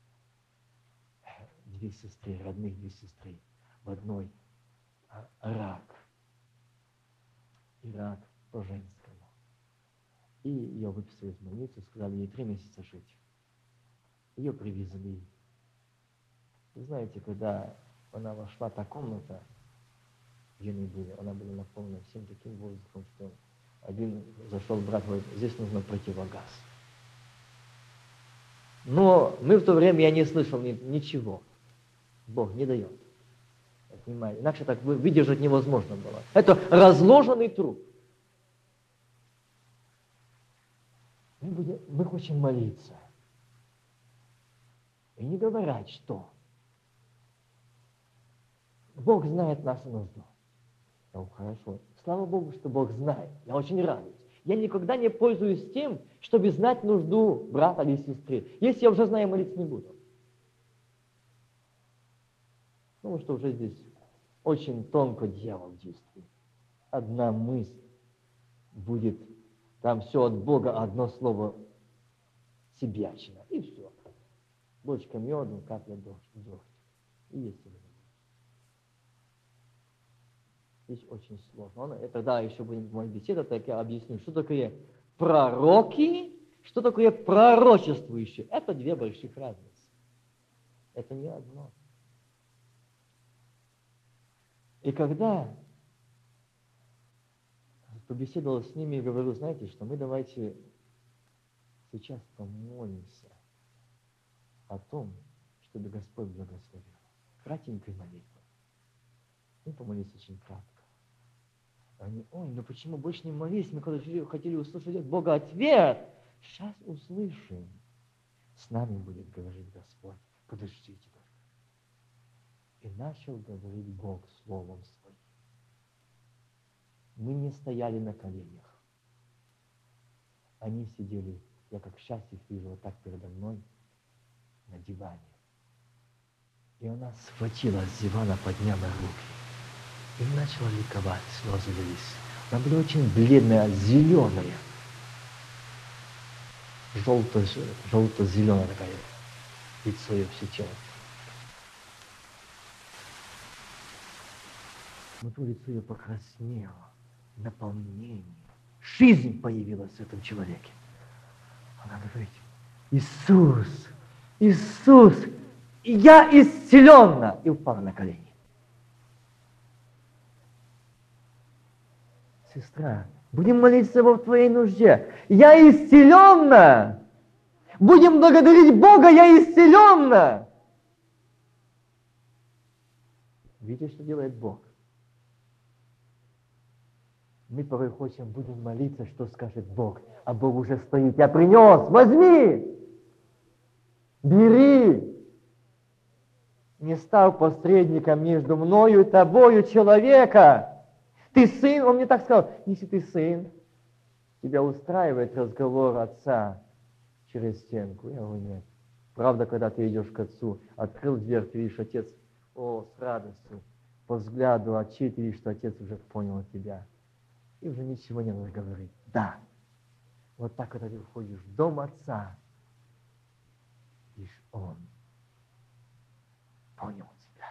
две сестры, родных две сестры. В одной рак. И рак по-женскому. И ее выписали из больницы, сказали ей три месяца жить. Ее привезли. Вы знаете, когда она вошла, та комната, где мы были, она была наполнена всем таким воздухом, что один зашел брат, говорит, здесь нужно противогаз. Но мы в то время, я не слышал ни, ничего. Бог не дает. Понимаете? Иначе так выдержать невозможно было. Это разложенный труп. Мы, будем, мы хотим молиться. И не говорить, что Бог знает нашу нужду. Ну, хорошо. Слава Богу, что Бог знает. Я очень радуюсь. Я никогда не пользуюсь тем, чтобы знать нужду брата или сестры. Если я уже знаю, молиться не буду. Потому что уже здесь очень тонко дьявол действует. Одна мысль будет, там все от Бога, одно слово себячина. И все. Бочка меда, капля дождь. дождь. И есть это. Здесь очень сложно. И тогда еще будем моя беседа, так я объясню, что такое пророки, что такое пророчествующие. Это две больших разницы. Это не одно. И когда побеседовал с ними и говорю, знаете, что мы давайте сейчас помолимся о том, чтобы Господь благословил. Кратенькой молитвой. Мы помолились очень кратко. Они, ой, ну почему больше не молились? Мы хотели услышать от Бога ответ. Сейчас услышим. С нами будет говорить Господь. Подождите только. И начал говорить Бог словом своим. Мы не стояли на коленях. Они сидели, я как сейчас их вижу, вот так передо мной, на диване. И она схватила с дивана, подняла руки. И начала ликовать, слезы лились. Она была очень бледная, зеленая. Желто, желто-зеленая такая. Лицо ее все тело. Внутри лицо ее покраснело. Наполнение. Жизнь появилась в этом человеке. Она говорит, Иисус, Иисус, я исцелена. И упала на колени. Сестра, будем молиться в твоей нужде. Я исцеленна. Будем благодарить Бога, я исцеленна. Видите, что делает Бог? Мы порой хотим, будем молиться, что скажет Бог. А Бог уже стоит. Я принес, возьми! Бери! Не став посредником между мною и тобою, человека. Ты сын, он мне так сказал, если ты сын, тебя устраивает разговор отца через стенку. Я говорю, нет. Правда, когда ты идешь к отцу, открыл дверь, ты видишь, отец, о, с радостью, по взгляду очей ты видишь, что отец уже понял тебя. И уже ничего не нужно говорить. Да. Вот так, когда ты входишь в дом отца, видишь, он понял тебя.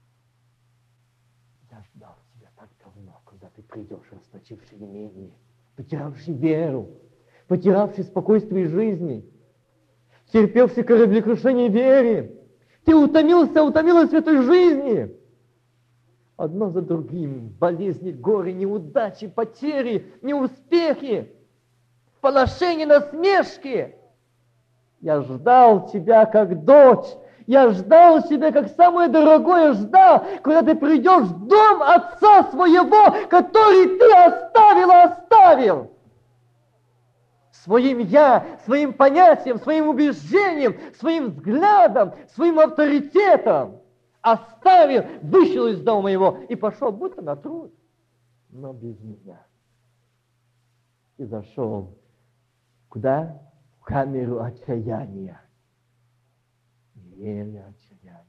Я ждал тебя так давно, когда ты придешь, расточивший имение, потерявший веру, потерявший спокойствие жизни, терпевший кораблекрушение веры. Ты утомился, утомилась в этой жизни. Одно за другим. Болезни, горе, неудачи, потери, неуспехи, поношения, насмешки. Я ждал тебя как дочь. Я ждал тебя как самое дорогое, ждал, когда ты придешь в дом отца своего, который ты оставил, оставил. Своим я, своим понятием, своим убеждением, своим взглядом, своим авторитетом оставил, вышел из дома его и пошел будто на труд, но без меня. И зашел куда? В камеру отчаяния. Неверие, отчаяние.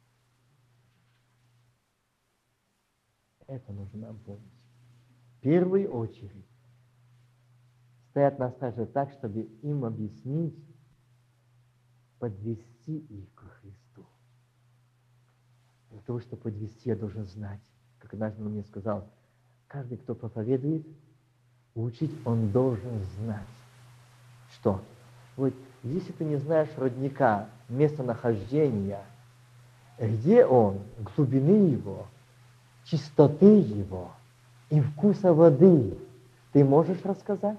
Это нужно нам помнить. В первую очередь стоят на страже так, чтобы им объяснить, подвести их к Христу. Для того, чтобы подвести, я должен знать, как однажды он мне сказал, каждый, кто проповедует, учить он должен знать. Что? Вот если ты не знаешь родника, местонахождения, где он, глубины его, чистоты его и вкуса воды, ты можешь рассказать?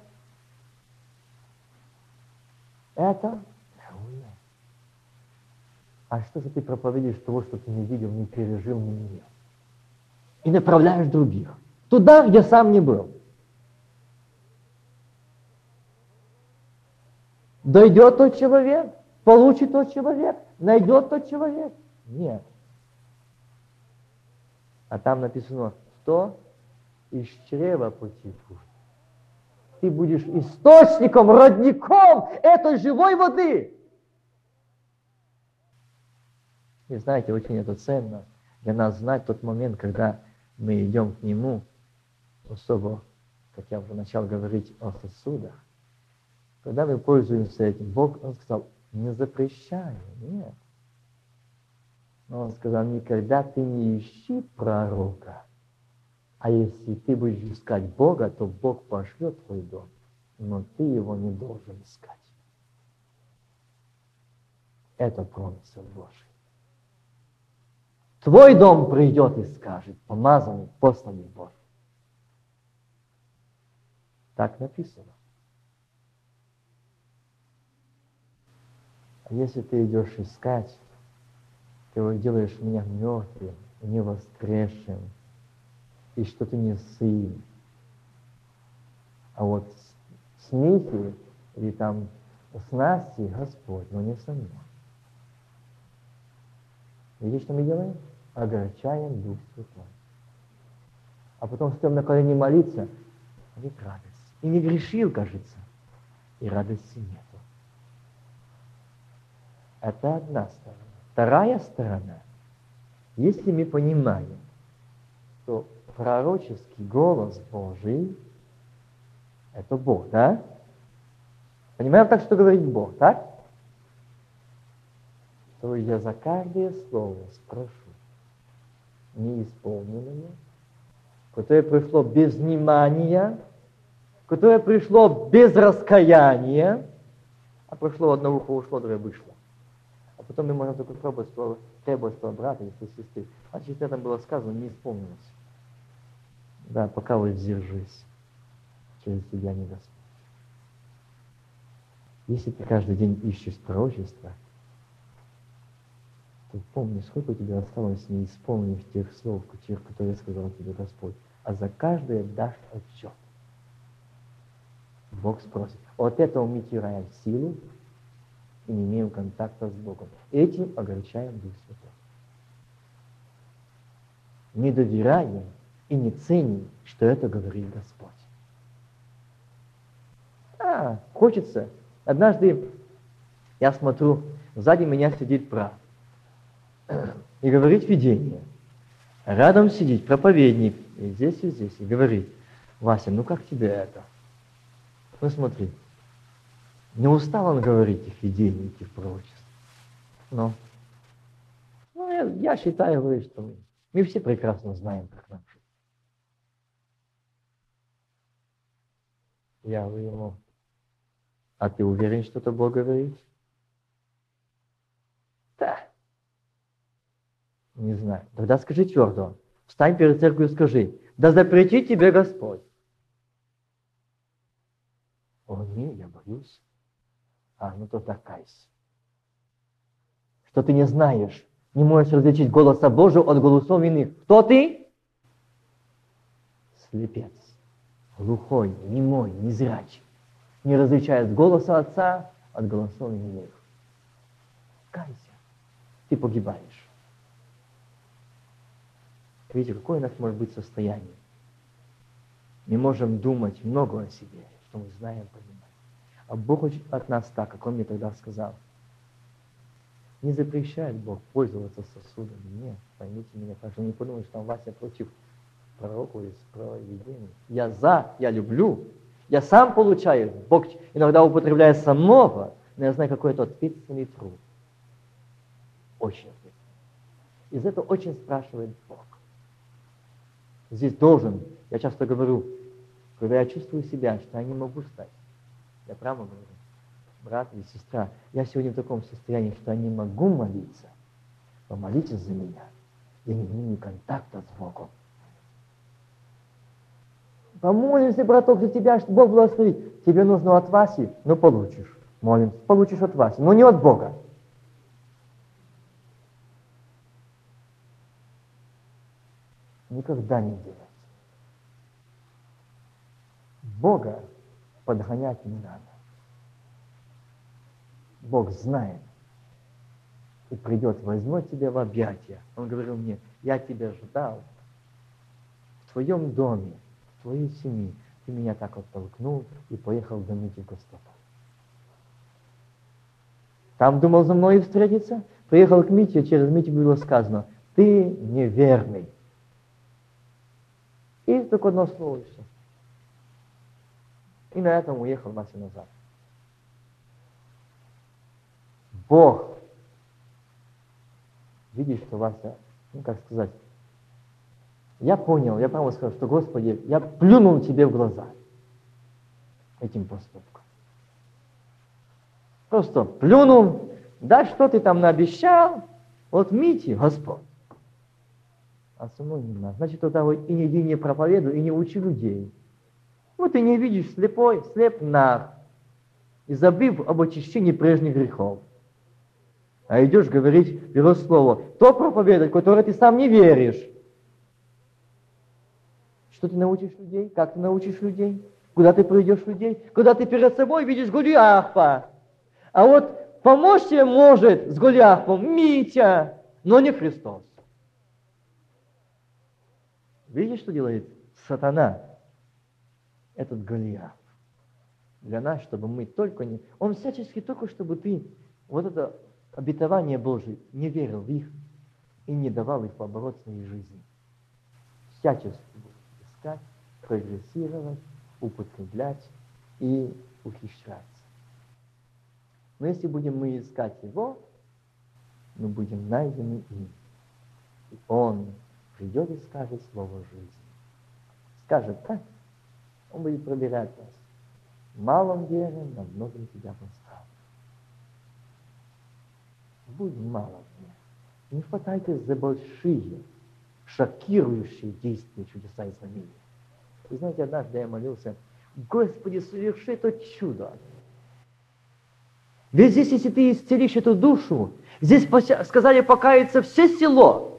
Это? А что же ты проповедуешь того, что ты не видел, не пережил, не имел? И направляешь других туда, где сам не был. Дойдет тот человек, получит тот человек, найдет тот человек. Нет. А там написано, что из чрева потекут. Ты будешь источником, родником этой живой воды. И знаете, очень это ценно для нас знать тот момент, когда мы идем к Нему, особо, как я уже начал говорить о сосудах. Когда мы пользуемся этим, Бог, Он сказал, не запрещаю, нет. Но Он сказал, никогда ты не ищи пророка, а если ты будешь искать Бога, то Бог пошлет в твой дом, но ты его не должен искать. Это промысел Божий. Твой дом придет и скажет, помазанный, посланный Бог. Так написано. А если ты идешь искать, ты делаешь меня мертвым, не воскресшим, и что ты не сын. А вот смеси или там снасти Господь, но не со мной. Видишь, что мы делаем? Огорчаем Дух Святой. А потом стоим на колени молиться, а нет радости. И не грешил, кажется, и радости нету. Это одна сторона. Вторая сторона, если мы понимаем, что пророческий голос Божий – это Бог, да? Понимаем так, что говорит Бог, так? То я за каждое слово спрошу, неисполненное, которое пришло без внимания, которое пришло без раскаяния, а пришло одно ухо ушло, другое вышло. А потом мы можем только требовать своего, требовать своего брата или своей сестры. А если это было сказано, не исполнилось. Да, пока вот сдержись, через тебя не Господь. Если ты каждый день ищешь пророчество, то помни, сколько у тебя осталось неисполненных тех слов, которые сказал тебе Господь. А за каждое дашь отчет. Бог спросит. От этого мы теряем силу и не имеем контакта с Богом. Этим огорчаем Дух Святой. Не доверяем и не ценим, что это говорит Господь. А, хочется. Однажды я смотрю, сзади меня сидит брат и говорит видение. Рядом сидит проповедник, и здесь, и здесь, и говорит: Вася, ну как тебе это? Ну смотри, не устал он говорить их видений, этих пророчеств. Но ну, я, я считаю, говорит, что мы, мы все прекрасно знаем, как нам жить. Я говорю ему: а ты уверен, что это Бог говорит? Да. Не знаю. Тогда скажи твердо. Встань перед церковью и скажи: да запрети тебе Господь. О, нет, я боюсь. А, ну то так кайся. Что ты не знаешь, не можешь различить голоса Божьего от голосов иных. Кто ты? Слепец, глухой, немой, незрячий. Не различает голоса Отца от голосов иных. Кайся. Ты погибаешь. Видите, какое у нас может быть состояние? Мы можем думать много о себе, что мы знаем, понимаем. А Бог хочет от нас так, как Он мне тогда сказал. Не запрещает Бог пользоваться сосудами. Нет, поймите меня, так что не подумайте, что там Вася против пророка или провидения. Я за, я люблю. Я сам получаю. Бог иногда употребляет самого, но я знаю, какой это ответственный труд. Очень ответственный. Из этого очень спрашивает Бог. Здесь должен, я часто говорю, когда я чувствую себя, что я не могу встать, я прямо говорю: брат или сестра, я сегодня в таком состоянии, что я не могу молиться, помолитесь за меня. Я не имею контакта с Богом. Помолимся, браток, за тебя, что Бог благословит. Тебе нужно от Васи, но получишь. Молимся, получишь от Васи, но не от Бога. Никогда не делать. Бога подгонять не надо. Бог знает и придет, возьмет тебя в объятия. Он говорил мне: я тебя ждал в твоем доме, в твоей семье. Ты меня так оттолкнул и поехал в Мити Господа. Там думал за мной встретиться, приехал к Мите, через Митю было сказано: ты неверный. И только одно слово, и все. И на этом уехал Вася назад. Бог, видишь, что Вася, ну как сказать, я понял, я прямо сказал, что Господи, я плюнул тебе в глаза этим поступком. Просто плюнул, да что ты там наобещал, вот Мите, Господь. А самой не надо. Значит, тогда вот и не иди, не проповедуй, и не учи людей. Вот ты не видишь, слепой, слеп наг, и забыв об очищении прежних грехов. А идешь говорить его слово, то проповедовать, которое ты сам не веришь. Что ты научишь людей? Как ты научишь людей? Куда ты приведешь людей? Когда ты перед собой видишь Голиафа. А вот помочь тебе может с Голиафом Митя, но не Христос. Видишь, что делает сатана, этот Голиаф? Для нас, чтобы мы только не... Он всячески только, чтобы ты вот это обетование Божие не верил в их и не давал их в оборот своей жизни. Всячески искать, прогрессировать, употреблять и ухищряться. Но если будем мы искать Его, мы будем найдены им. И Он придет и скажет слово жизни. Скажет так, Он будет проверять нас. Малом верен, на многом тебя поставлю. Будь малом верен. Не хватайтесь за большие, шокирующие действия, чудеса и знамения. Вы знаете, однажды я молился: Господи, соверши это чудо. Ведь здесь, если ты исцелишь эту душу, здесь сказали покаяться все село.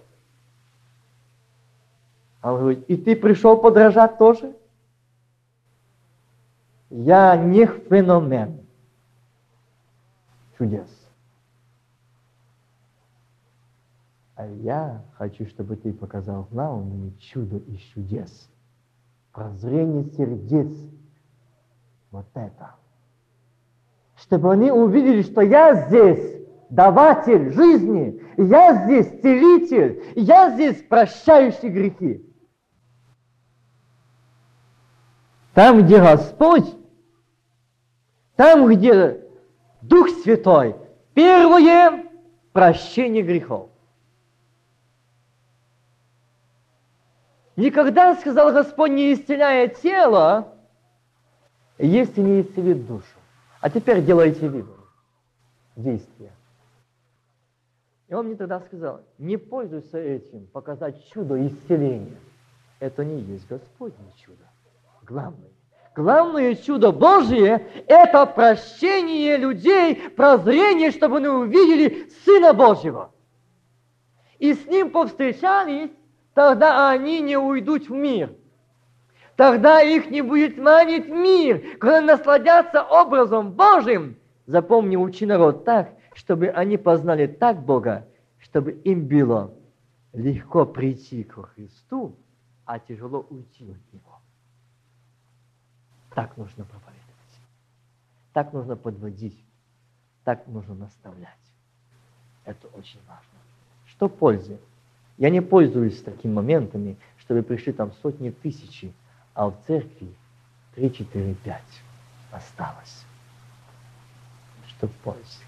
А он говорит: и ты пришел подражать тоже? Я не феномен чудес. А я хочу, чтобы ты показал главное чудо из чудес. Прозрение сердец. Вот это. Чтобы они увидели, что я здесь даватель жизни, я здесь целитель, я здесь прощающий грехи. Там, где Господь, там, где Дух Святой, первое прощение грехов. Никогда, сказал Господь, не исцеляя тело, если не исцелит душу. А теперь делайте выбор, действия. И он мне тогда сказал, не пользуйся этим, показать чудо исцеления. Это не есть Господне чудо. Главное. Главное чудо Божие – это прощение людей, прозрение, чтобы они увидели Сына Божьего. И с Ним повстречались, тогда они не уйдут в мир. Тогда их не будет манить мир, когда насладятся образом Божьим. Запомни, учи народ так, чтобы они познали так Бога, чтобы им было легко прийти к Христу, а тяжело уйти от Него. Так нужно проповедовать. Так нужно подводить. Так нужно наставлять. Это очень важно. Что пользы? Я не пользуюсь такими моментами, чтобы пришли там сотни тысяч, а в церкви три, четыре, пять осталось. Что пользы?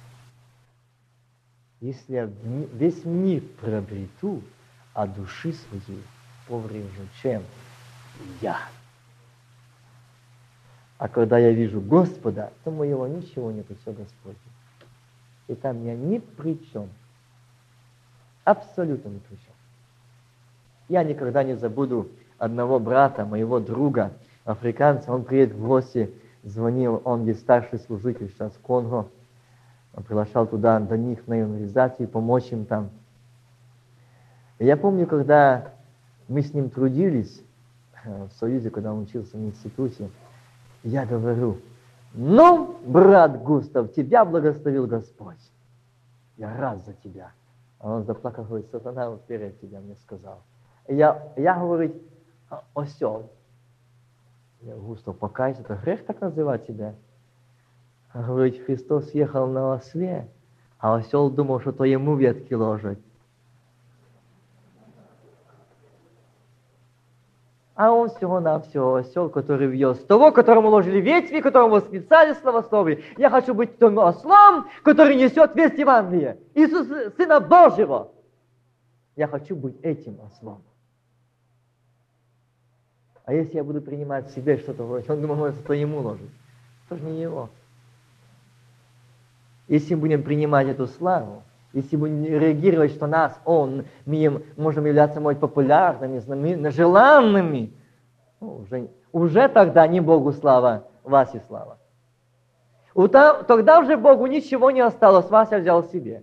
Если я весь мир приобрету, а души свою поврежу, чем я. А когда я вижу Господа, то моего ничего нету, все Господне. И там я ни при чем. Абсолютно ни при чем. Я никогда не забуду одного брата, моего друга, африканца. Он приедет в гости, звонил, он есть старший служитель сейчас в Конго. Он приглашал туда до них на евангелизацию, помочь им там. И я помню, когда мы с ним трудились в Союзе, когда он учился в институте, я говорю, ну, брат Густав, тебя благословил Господь. Я рад за тебя. А он заплакал, говорит, сатана вот перед тебя мне сказал. И я, я говорит, осел. Я говорю, Густав, покайся, это грех так называть тебя. Он говорит, Христос ехал на осле, а осел думал, что то ему ветки ложат. А он всего-навсего осел, который вез того, которому ложили ветви, которому восклицали славословие. Я хочу быть тем ослом, который несет весть Евангелия. Иисус, Сына Божьего. Я хочу быть этим ослом. А если я буду принимать в себе что-то вроде, он думает, что ему ложит. Это же не его. Если мы будем принимать эту славу, если будем реагировать, что нас, он, мы можем являться, может, популярными, желанными, ну, уже, уже тогда не Богу слава, Васе слава. Тогда уже Богу ничего не осталось, Вася взял себе.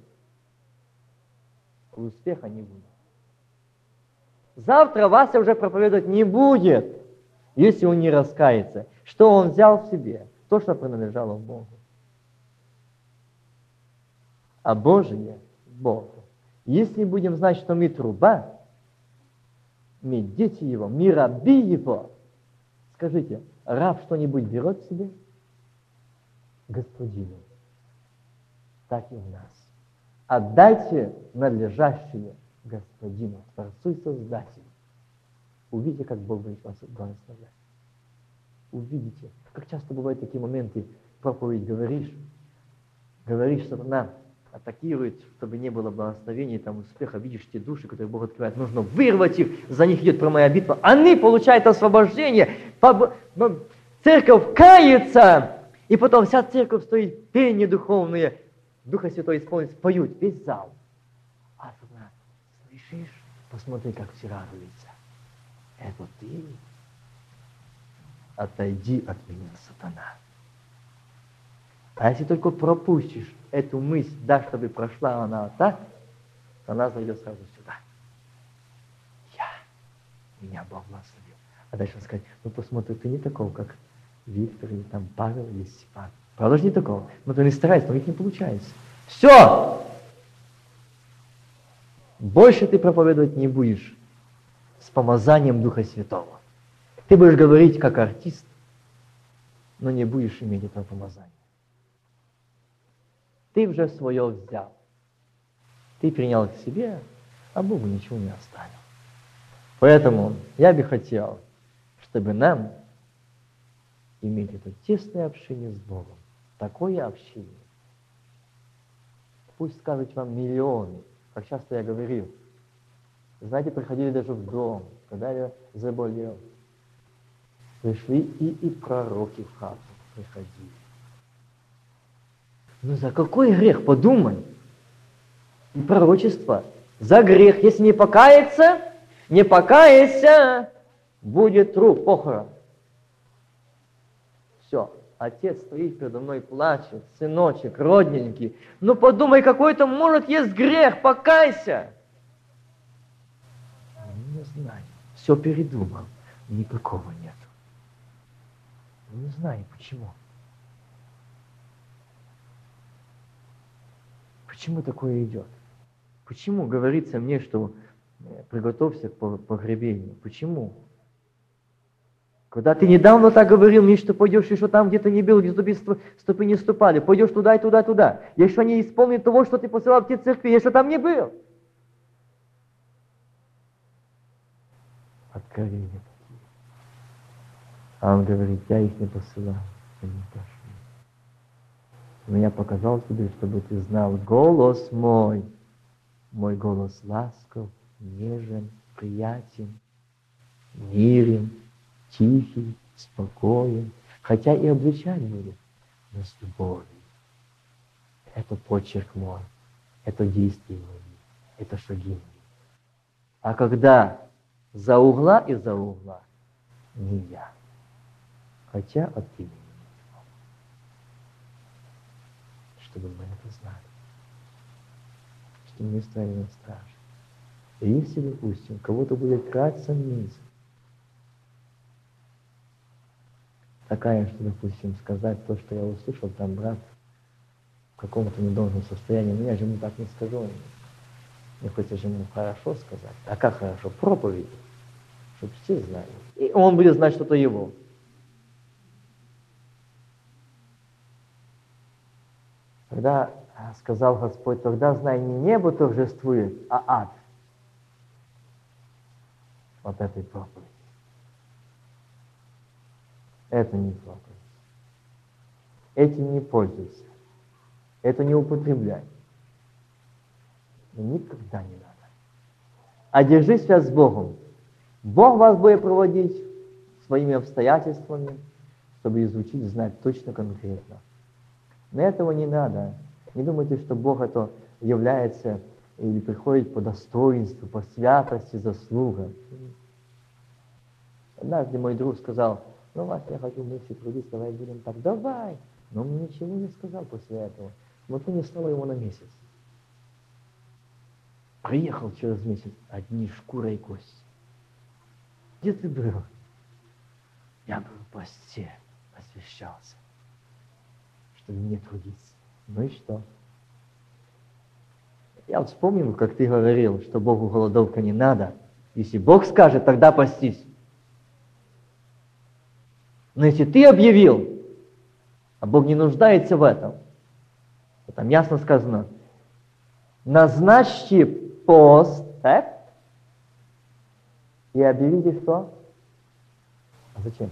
Успеха не будет. Завтра Вася уже проповедовать не будет, если он не раскается. Что он взял в себе? То, что принадлежало Богу. А Божие Богу. Если будем знать, что мы труба, мы дети Его, мы раби Его, скажите, раб что-нибудь берет себе? Господину. Так и у нас. Отдайте надлежащее Господину, Творцу и Создателю. Увидите, как Бог будет вас благословлять. Увидите. Как часто бывают такие моменты, проповедь говоришь, говоришь, что нам атакирует, чтобы не было благословения, там, успеха, видишь те души, которые Бог открывает, нужно вырвать их, за них идет прямая битва. Они получают освобождение, церковь кается, и потом вся церковь стоит, пение духовное, Духа Святого исполнится, поют, весь зал. А сатана, слышишь, посмотри, как все радуются. Это ты? Отойди от меня, сатана. А если только пропустишь эту мысль, да, чтобы прошла она так, то она зайдет сразу сюда. Я, меня Бог благословил. А дальше он скажет, ну посмотри, ты не такой, как Виктор, или там Павел, или Степан. Правда же не такого. Вот они стараются, но у них не получается. Все! Больше ты проповедовать не будешь с помазанием Духа Святого. Ты будешь говорить как артист, но не будешь иметь этого помазания. Ты уже свое взял. Ты принял к себе, а Богу ничего не оставил. Поэтому я бы хотел, чтобы нам иметь это тесное общение с Богом. Такое общение. Пусть скажут вам миллионы, как часто я говорил. Знаете, приходили даже в дом, когда я заболел. Пришли и, и пророки в хату приходили. Ну за какой грех, подумай. И пророчество. За грех, если не покаяться, не покаяться, будет труп, похорон. Все. Отец стоит передо мной, плачет, сыночек, родненький. Ну подумай, какой-то, может, есть грех, покайся. Не знаю. Все передумал. Никакого нет. Не знаю, почему. Почему такое идет? Почему говорится мне, что приготовься к погребению? Почему? Когда ты недавно так говорил мне, что пойдешь еще там, где ты не был, где ступи, ступы не ступали, пойдешь туда и туда, туда. Я еще не исполнил того, что ты посылал в те церкви, я еще там не был. Откровения такие. А он говорит, я их не посылал, они пошли. Но я показал тебе, чтобы ты знал, голос мой, мой голос ласков, нежен, приятен, мирен, тихий, спокоен, хотя и обличать будет, но с любовью. Это почерк мой, это действие мои, это шаги мои. А когда за угла и за угла, не я, хотя от имени, чтобы мы это знали, что мы стояли на страже. И если, допустим, кого-то будет крать сомниться, такая, что, допустим, сказать то, что я услышал, там брат в каком-то недолжном состоянии, но я же ему так не скажу. Мне хочется же ему хорошо сказать. А как хорошо? Проповедь, чтобы все знали. И он будет знать, что это его. Когда сказал Господь, тогда знай, не небо торжествует, а ад. Вот этой проповеди. Это не проповедь. Этим не пользуйся. Это не употребляй. Но никогда не надо. А держи связь с Богом. Бог вас будет проводить своими обстоятельствами, чтобы изучить, знать точно, конкретно. Но этого не надо. Не думайте, что Бог это является или приходит по достоинству, по святости, заслугам. Однажды мой друг сказал, ну, Вася, я хочу вместе трудиться, давай будем так. Давай. Но он ничего не сказал после этого. Вот не стало его на месяц. Приехал через месяц, одни шкура и кость. Где ты был? Я был в посте, освящался, чтобы не трудиться. Ну и что? Я вспомнил, как ты говорил, что Богу голодовка не надо. Если Бог скажет, тогда постись. Но если ты объявил, а Бог не нуждается в этом, то там ясно сказано, назначьте пост, так? И объявите что? А зачем?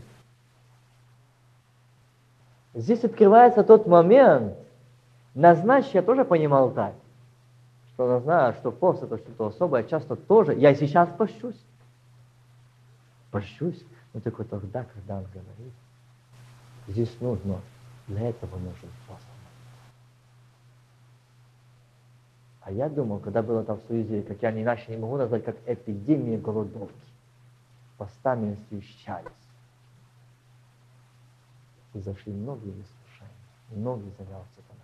Здесь открывается тот момент, назначь, я тоже понимал так, что я знаю, что пост это что-то особое, часто тоже, я и сейчас пощусь, пощусь, но только тогда, когда он говорит, здесь нужно, для этого нужен пост. А я думал, когда было там в Союзе, как я иначе не могу назвать, как эпидемия голодовки, постами освещались. И зашли многие в искушение, многие завял сатана.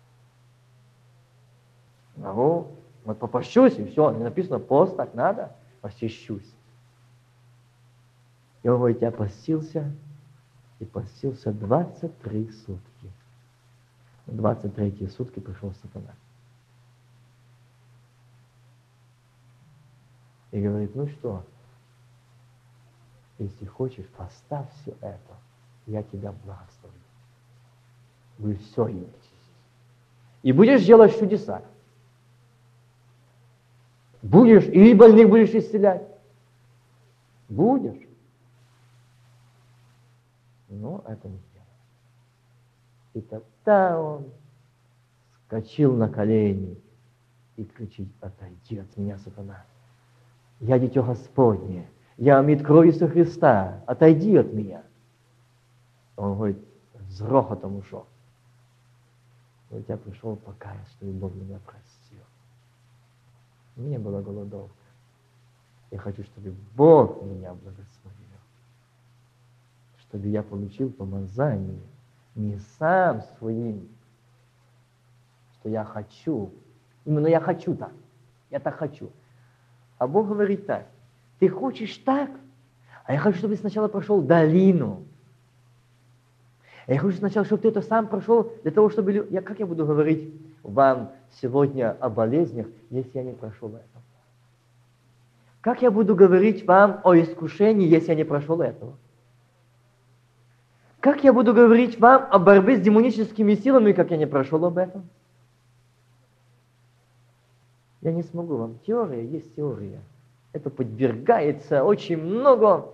Ну, вот попощусь, и все, не написано пост, так надо, посещусь. И он говорит, я постился, и постился двадцать три сутки. На двадцать третьи сутки пришел сатана. И говорит, ну что, если хочешь, поставь все это, я тебя благословлю. Вы все имеете. И будешь делать чудеса. Будешь, и больных будешь исцелять. Будешь. Но это не дело. И тогда он вскочил на колени и кричит, отойди от меня, сатана. Я дитё Господне, я омит кровью Иисуса Христа, отойди от меня. Он говорит, с грохотом ушел. Вот я пришел покаяться, что Бог меня простил. У меня была голодовка. Я хочу, чтобы Бог меня благословил. Чтобы я получил помазание не сам своим, что я хочу. Именно я хочу так. Я так хочу. А Бог говорит так. Ты хочешь так? А я хочу, чтобы ты сначала прошел долину. Я хочу сначала, чтобы ты это сам прошел, для того, чтобы... Я, как я буду говорить вам сегодня о болезнях, если я не прошел это? Как я буду говорить вам о искушении, если я не прошел этого? Как я буду говорить вам о борьбе с демоническими силами, как я не прошел об этом? Я не смогу вам. Теория есть теория. Это подвергается очень много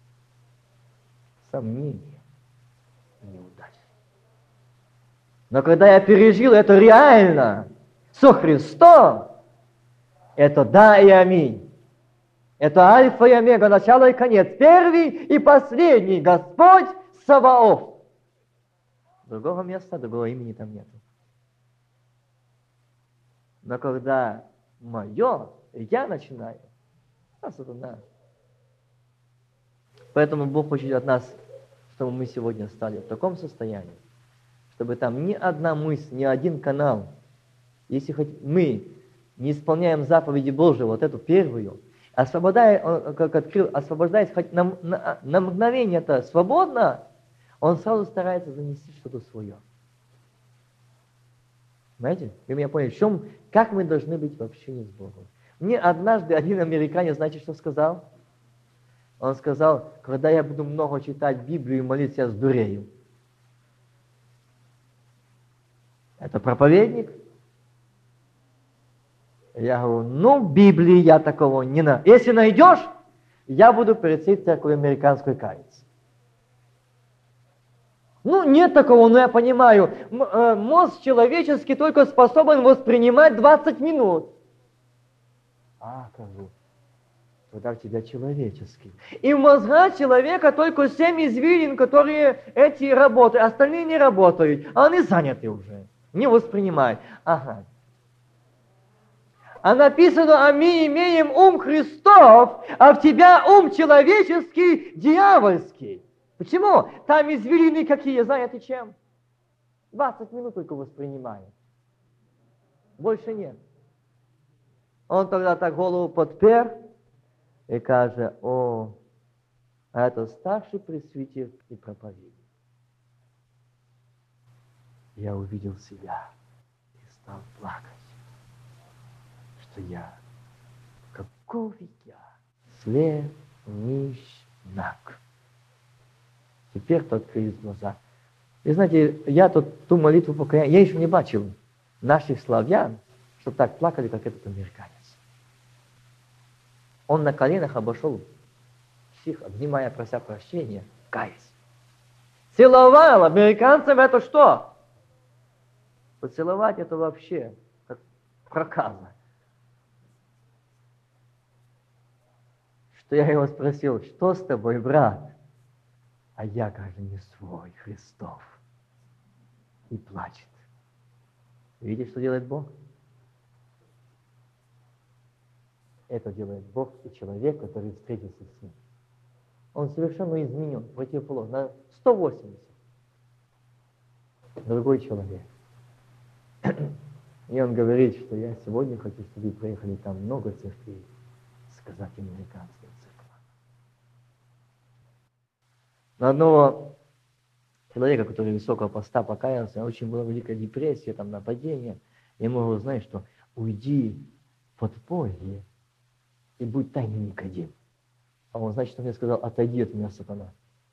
сомнений и неудач. Но когда я пережил это реально, со Христом, это да и аминь. Это альфа и омега, начало и конец, первый и последний, Господь Саваоф. Другого места, другого имени там нет. Но когда мое, я начинаю, а сатана. Поэтому Бог хочет от нас, чтобы мы сегодня стали в таком состоянии, чтобы там ни одна мысль, ни один канал, если хоть мы не исполняем заповеди Божьи, вот эту первую, освобождая, он как открыл, освобождаясь хоть на, на, на мгновение это свободно, он сразу старается занести что-то свое. Знаете, вы меня поняли, в чем, как мы должны быть в общении с Богом. Мне однажды один американец, знаете, что сказал? Он сказал, когда я буду много читать Библию и молиться, я сдурею. Это проповедник? Я говорю, ну, в Библии я такого не знаю. Если найдешь, я буду перед всей церковью американской каяться. Ну, нет такого, но я понимаю, мозг человеческий только способен воспринимать двадцать минут. А, кажу, тогда у тебя человеческий. И в мозгах человека только семь извилин, которые эти работают, остальные не работают, а они заняты уже, не воспринимают. Ага. А написано, а мы имеем ум Христов, а в тебя ум человеческий, дьявольский. Почему? Там извилины какие, знаете чем? двадцать минут только воспринимает. Больше нет. Он тогда так голову подпер и каже, о, это старший пресвитер и проповедник. Я увидел себя и стал плакать, что я, каков я, слеп, нищ, наг. Теперь только из глаза. И знаете, я тут ту молитву покаяния, я еще не бачил наших славян, чтобы так плакали, как этот американец. Он на коленах обошел всех, обнимая, прося прощения, каясь. Целовал. Американцам это что? Поцеловать это вообще как проказа. Что я его спросил, что с тобой, брат? А я, кажется, не свой, Христов. И плачет. Видите, что делает Бог? Это делает Бог и человек, который встретился с ним. Он совершенно изменен, противоположен, на сто восемьдесят. Другой человек. И он говорит, что я сегодня хочу, чтобы вы проехали там много церквей, сказать американским церквам. На одного человека, который высокого поста покаялся, очень была великая депрессия, там нападение. Я ему говорю, знаешь что, уйди в подполье и будь тайный Никодим. А он, значит, он мне сказал, отойди от меня, сатана.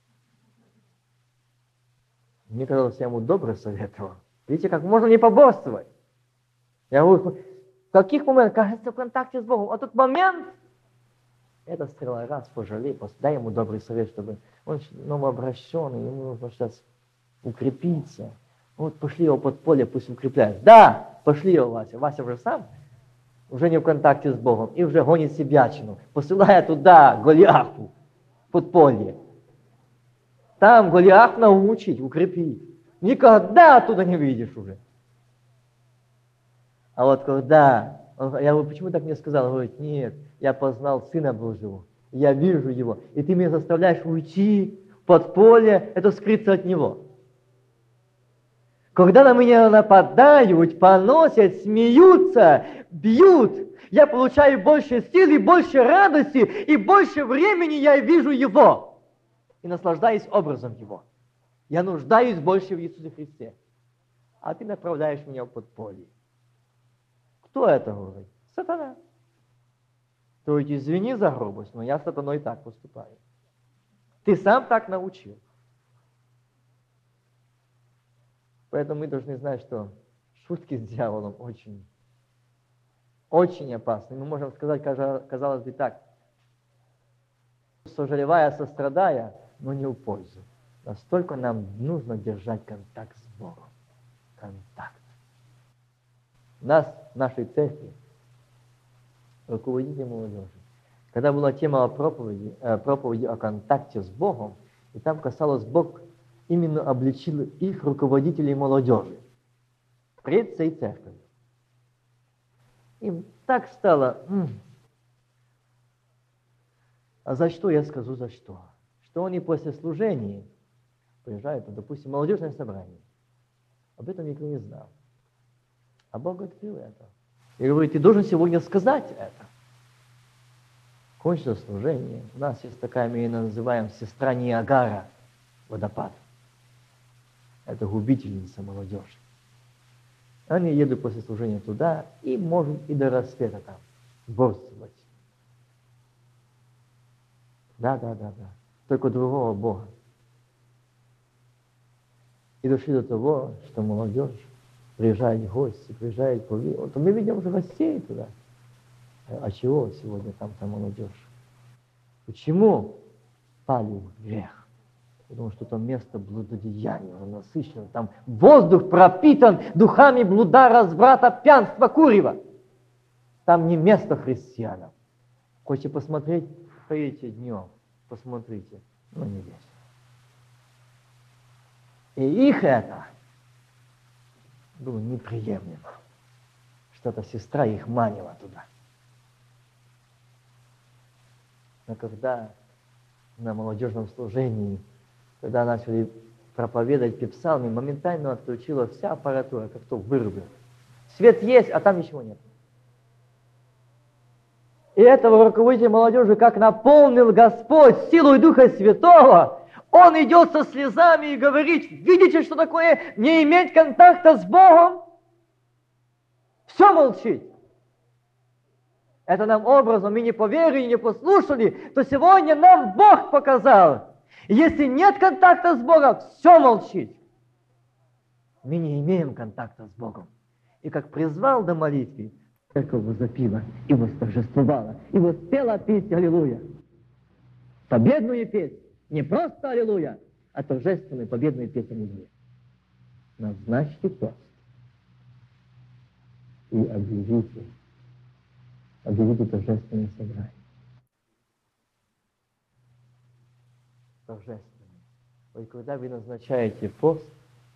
Мне казалось, я ему добро советовал. Видите, как можно не поборствовать. Я говорю, в каких моментах, кажется, в контакте с Богом. А тот момент, это стрела раз, пожалей, дай ему добрый совет, чтобы он новообращенный, ему нужно сейчас укрепиться. Вот пошли его под поле, пусть укрепляет. Да, пошли его, Вася. Вася уже сам, уже не в контакте с Богом, и уже гонит себячину, посылая туда Голиафу, подполье. Там Голиаф научить, укрепить. Никогда оттуда не выйдешь уже. А вот когда, он, я говорю, почему так мне сказал? Он говорит, нет, я познал Сына Божьего, я вижу Его, и ты меня заставляешь уйти в подполье, это скрыться от Него. Когда на меня нападают, поносят, смеются, бьют, я получаю больше сил и больше радости, и больше времени я вижу Его. И наслаждаюсь образом Его. Я нуждаюсь больше в Иисусе Христе. А ты направляешь меня в подполье. Кто это говорит? Сатана. То есть извини за грубость, но я с сатаной так поступаю. Ты сам так научил. Поэтому мы должны знать, что шутки с дьяволом очень, очень опасны. Мы можем сказать, казалось бы, так, сожалевая, сострадая, но не в пользу. Настолько нам нужно держать контакт с Богом. Контакт. У нас, в нашей церкви, руководители молодежи, когда была тема о проповеди, э, проповеди о контакте с Богом, и там касалось, Бог именно обличил их руководителей молодежи пред всей церковью. Им так стало, м- а за что, я скажу, за что? Что они после служения приезжают, ну, допустим, в молодежное собрание. Об этом никто не знал. А Бог открыл это. И говорит, ты должен сегодня сказать это. Кончилось служение. У нас есть такая, мы ее называем, сестра Ниагара, водопад. Это губительница молодежи. Они едут после служения туда и может и до рассвета там борствовать. Да, да, да, да. Только другого Бога. И дошли до того, что молодежь приезжает гости, приезжает по виду. Вот мы видим уже гостей туда. А чего сегодня там-то молодежь? Почему пали в грех? Потому что там место блудодеяния, оно насыщено. Там воздух пропитан духами блуда, разврата, пьянства, курева. Там не место христианам. Хотите посмотреть? Ходите днем, посмотрите, но не весь. И их это было неприемлемо. Что-то сестра их манила туда. Но когда на молодежном служении, когда начали проповедовать псалмы, моментально отключила вся аппаратура, как то вырубил. Свет есть, а там ничего нет. И этого руководителя молодежи, как наполнил Господь силой Духа Святого, он идет со слезами и говорит, видите, что такое не иметь контакта с Богом? Все молчит. Это нам образом, мы не поверили, не послушали, то сегодня нам Бог показал. Если нет контакта с Богом, все молчит. Мы не имеем контакта с Богом. И как призвал до молитвы, церковь возопила и восторжествовала, и воспела песнь «Аллилуйя». Победную песнь. Не просто «Аллилуйя», а торжественную победную песнь «Аллилуйя». Назначьте пост и объявите, объявите торжественное собрание. Торжественное. Вот когда вы назначаете пост,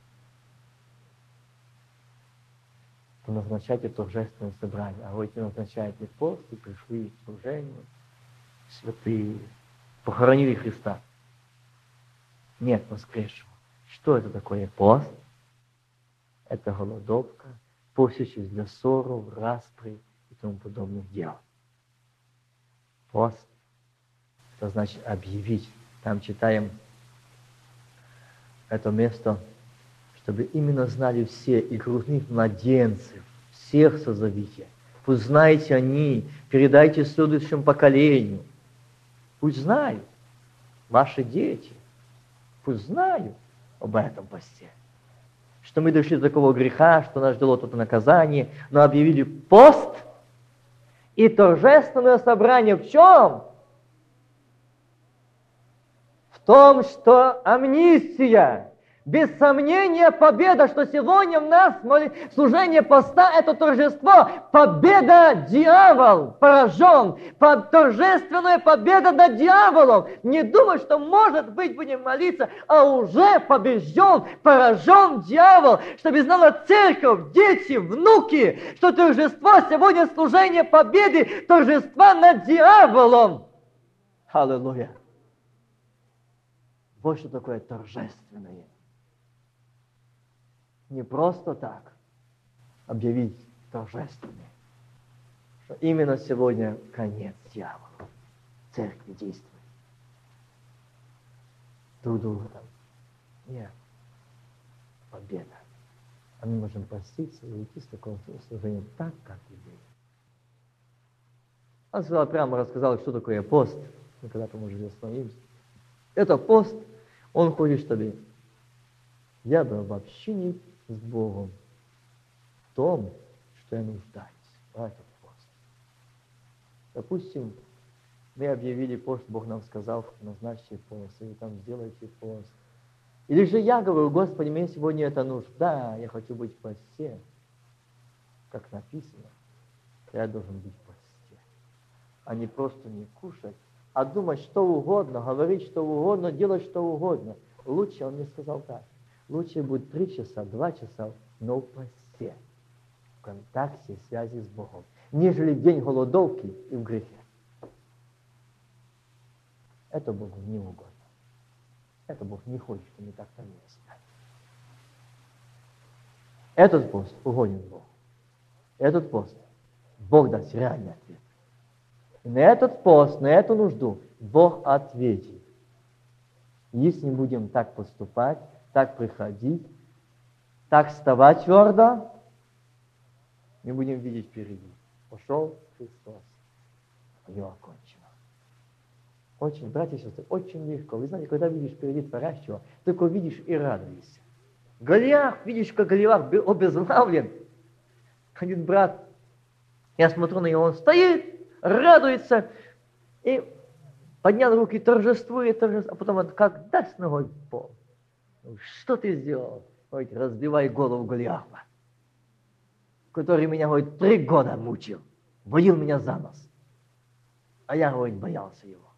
то назначайте торжественное собрание. А вы назначаете пост и пришли к служению святые, похоронили Христа. Нет воскресшего. Что это такое пост? Это голодовка, посещение для ссоров, распри и тому подобных дел. Пост. Это значит объявить. Там читаем Это место, чтобы именно знали все, и грудных младенцев, всех созовите. Пусть знаете они, передайте следующему поколению. Пусть знают ваши дети, пусть знают об этом посте. Что мы дошли до такого греха, что нас ждало тут наказание, но объявили пост и торжественное собрание в чем? В том, что амнистия, без сомнения победа, что сегодня у нас служение поста – это торжество, победа, дьявол поражен, торжественная победа над дьяволом. Не думай, что может быть будем молиться, а уже побежден, поражен дьявол, чтобы знала церковь, дети, внуки, что торжество сегодня служение победы, торжества над дьяволом. Аллилуйя. Вот что такое торжественное. Не просто так объявить торжественное, что именно сегодня конец дьяволу. Церкви действует. Друг друга там. Нет. Победа. А мы можем поститься и уйти с такого служения так, как идея. Он сказал, прямо рассказал, что такое пост. Мы когда-то, может, остановимся. Это пост. Он хочет, чтобы я был в общении с Богом в том, что я нуждаюсь. В этот пост. Допустим, мы объявили пост, Бог нам сказал, назначьте пост, или там сделайте пост. Или же я говорю, Господи, мне сегодня это нужда, я хочу быть в посте. Как написано, я должен быть в посте. А не просто не кушать, а думать что угодно, говорить что угодно, делать что угодно. Лучше, он мне сказал так, лучше будет три часа, два часа, но в посте, в контакте, в связи с Богом, нежели день голодовки и в грехе. Это Богу не угодно. Это Бог не хочет, чтобы мы так там не стали. Этот пост угоден Богу. Этот пост Бог даст реальный ответ. И на этот пост, на эту нужду Бог ответит. Если не будем так поступать, так приходить, так вставать твердо, мы будем видеть впереди. Пошел Христос. Ее окончено. Очень, братья и сестры, очень легко. Вы знаете, когда видишь впереди творящего, только видишь и радуешься. Голиаф, видишь, как Голиаф был обезглавлен. Один брат, я смотрю на него, он стоит, радуется, и поднял руки, торжествует, торжествует, а потом он как даст ногой в пол. Что ты сделал? Говорит, разбивай голову Голиафа, который меня, говорит, три года мучил, водил меня за нос. А я, говорит, боялся его.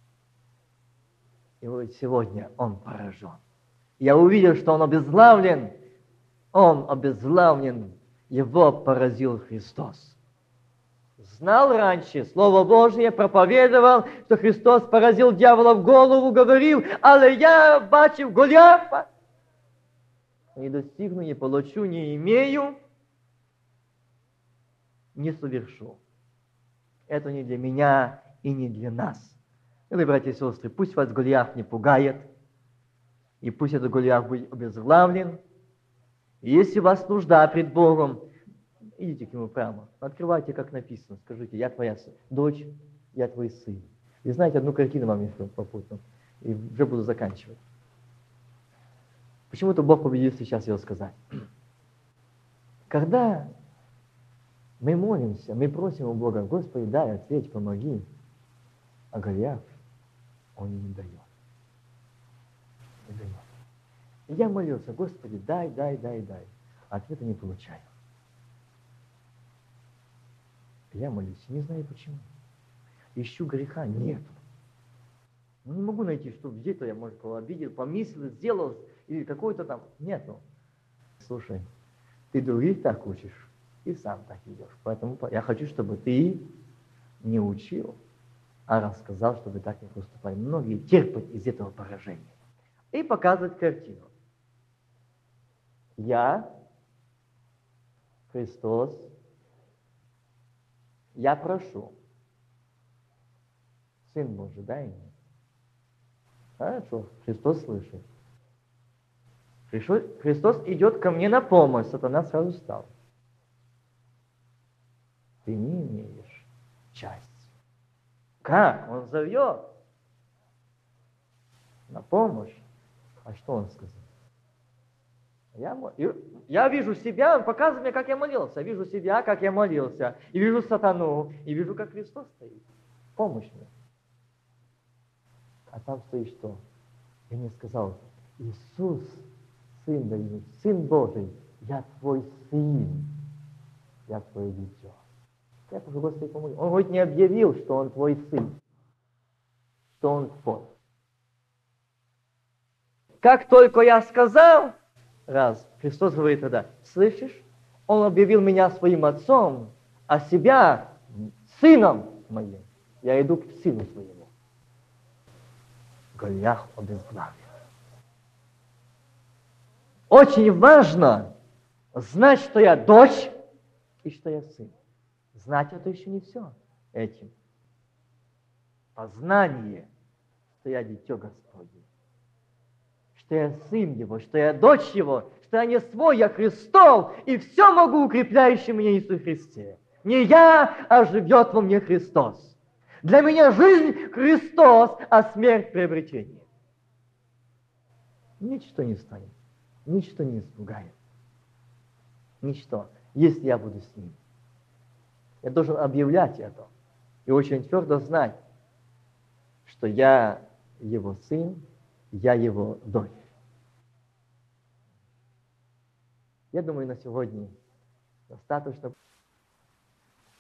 И говорит, сегодня он поражен. Я увидел, что он обезглавлен. Он обезглавлен. Его поразил Христос. Знал раньше, Слово Божие проповедовал, что Христос поразил дьявола в голову, говорил, але я бачив Голиафа. Не достигну, не получу, не имею, не совершу. Это не для меня и не для нас. Или, братья и сестры, пусть вас Голиаф не пугает, и пусть этот Голиаф будет обезглавлен. И если у вас нужда пред Богом, идите к нему прямо, открывайте, как написано, скажите, я твоя дочь, я твой сын. И знаете, одну картину вам еще попутно, и уже буду заканчивать. Почему-то Бог победил сейчас ее сказать. Когда мы молимся, мы просим у Бога, Господи, дай, ответь, помоги, а Голиаф, он не дает. Не дает. И я молился, Господи, дай, дай, дай, дай. А ответа не получаю. Я молюсь, не знаю почему. Ищу греха, нету. Ну, не могу найти, что где-то я, может, кого обидел, помыслил, сделал, или какой-то там. Нету. Слушай, ты других так учишь, и сам так идешь. Поэтому я хочу, чтобы ты не учил, а рассказал, чтобы так не поступали. Многие терпят из этого поражения. И показывать картину. Я, Христос, я прошу. Сын Божий, дай мне. Хорошо, Христос слышит. Христос идет ко мне на помощь. Сатана сразу встал. Ты не имеешь части. Как? Он зовет на помощь. А что он сказал? Я, я вижу себя, он показывает мне, как я молился. Я вижу себя, как я молился. И вижу сатану, и вижу, как Христос стоит. Помощь мне. А там стоит что? И мне сказал: Иисус, Сын Давид, Сын Божий, я твой сын, я твое дитя. Я прошу Господи помоги. Он хоть не объявил, что он твой сын, что он твой. Как только я сказал, раз, Христос говорит тогда: слышишь, он объявил меня своим отцом, а себя сыном моим. Я иду к сыну своему. Голиаф обезглавлен. Очень важно знать, что я дочь и что я сын. Знать это еще не все. Этим. Познание, что я дитё Господне, что я сын Его, что я дочь Его, что я не свой, я Христов, и все могу укрепляющий меня Иисус Христе. Не я, а живет во мне Христос. Для меня жизнь Христос, а смерть приобретение. Ничто не станет, ничто не испугает. Ничто, если я буду с Ним. Я должен объявлять это и очень твердо знать, что я Его сын, я Его дочь. Я думаю, на сегодня достаточно.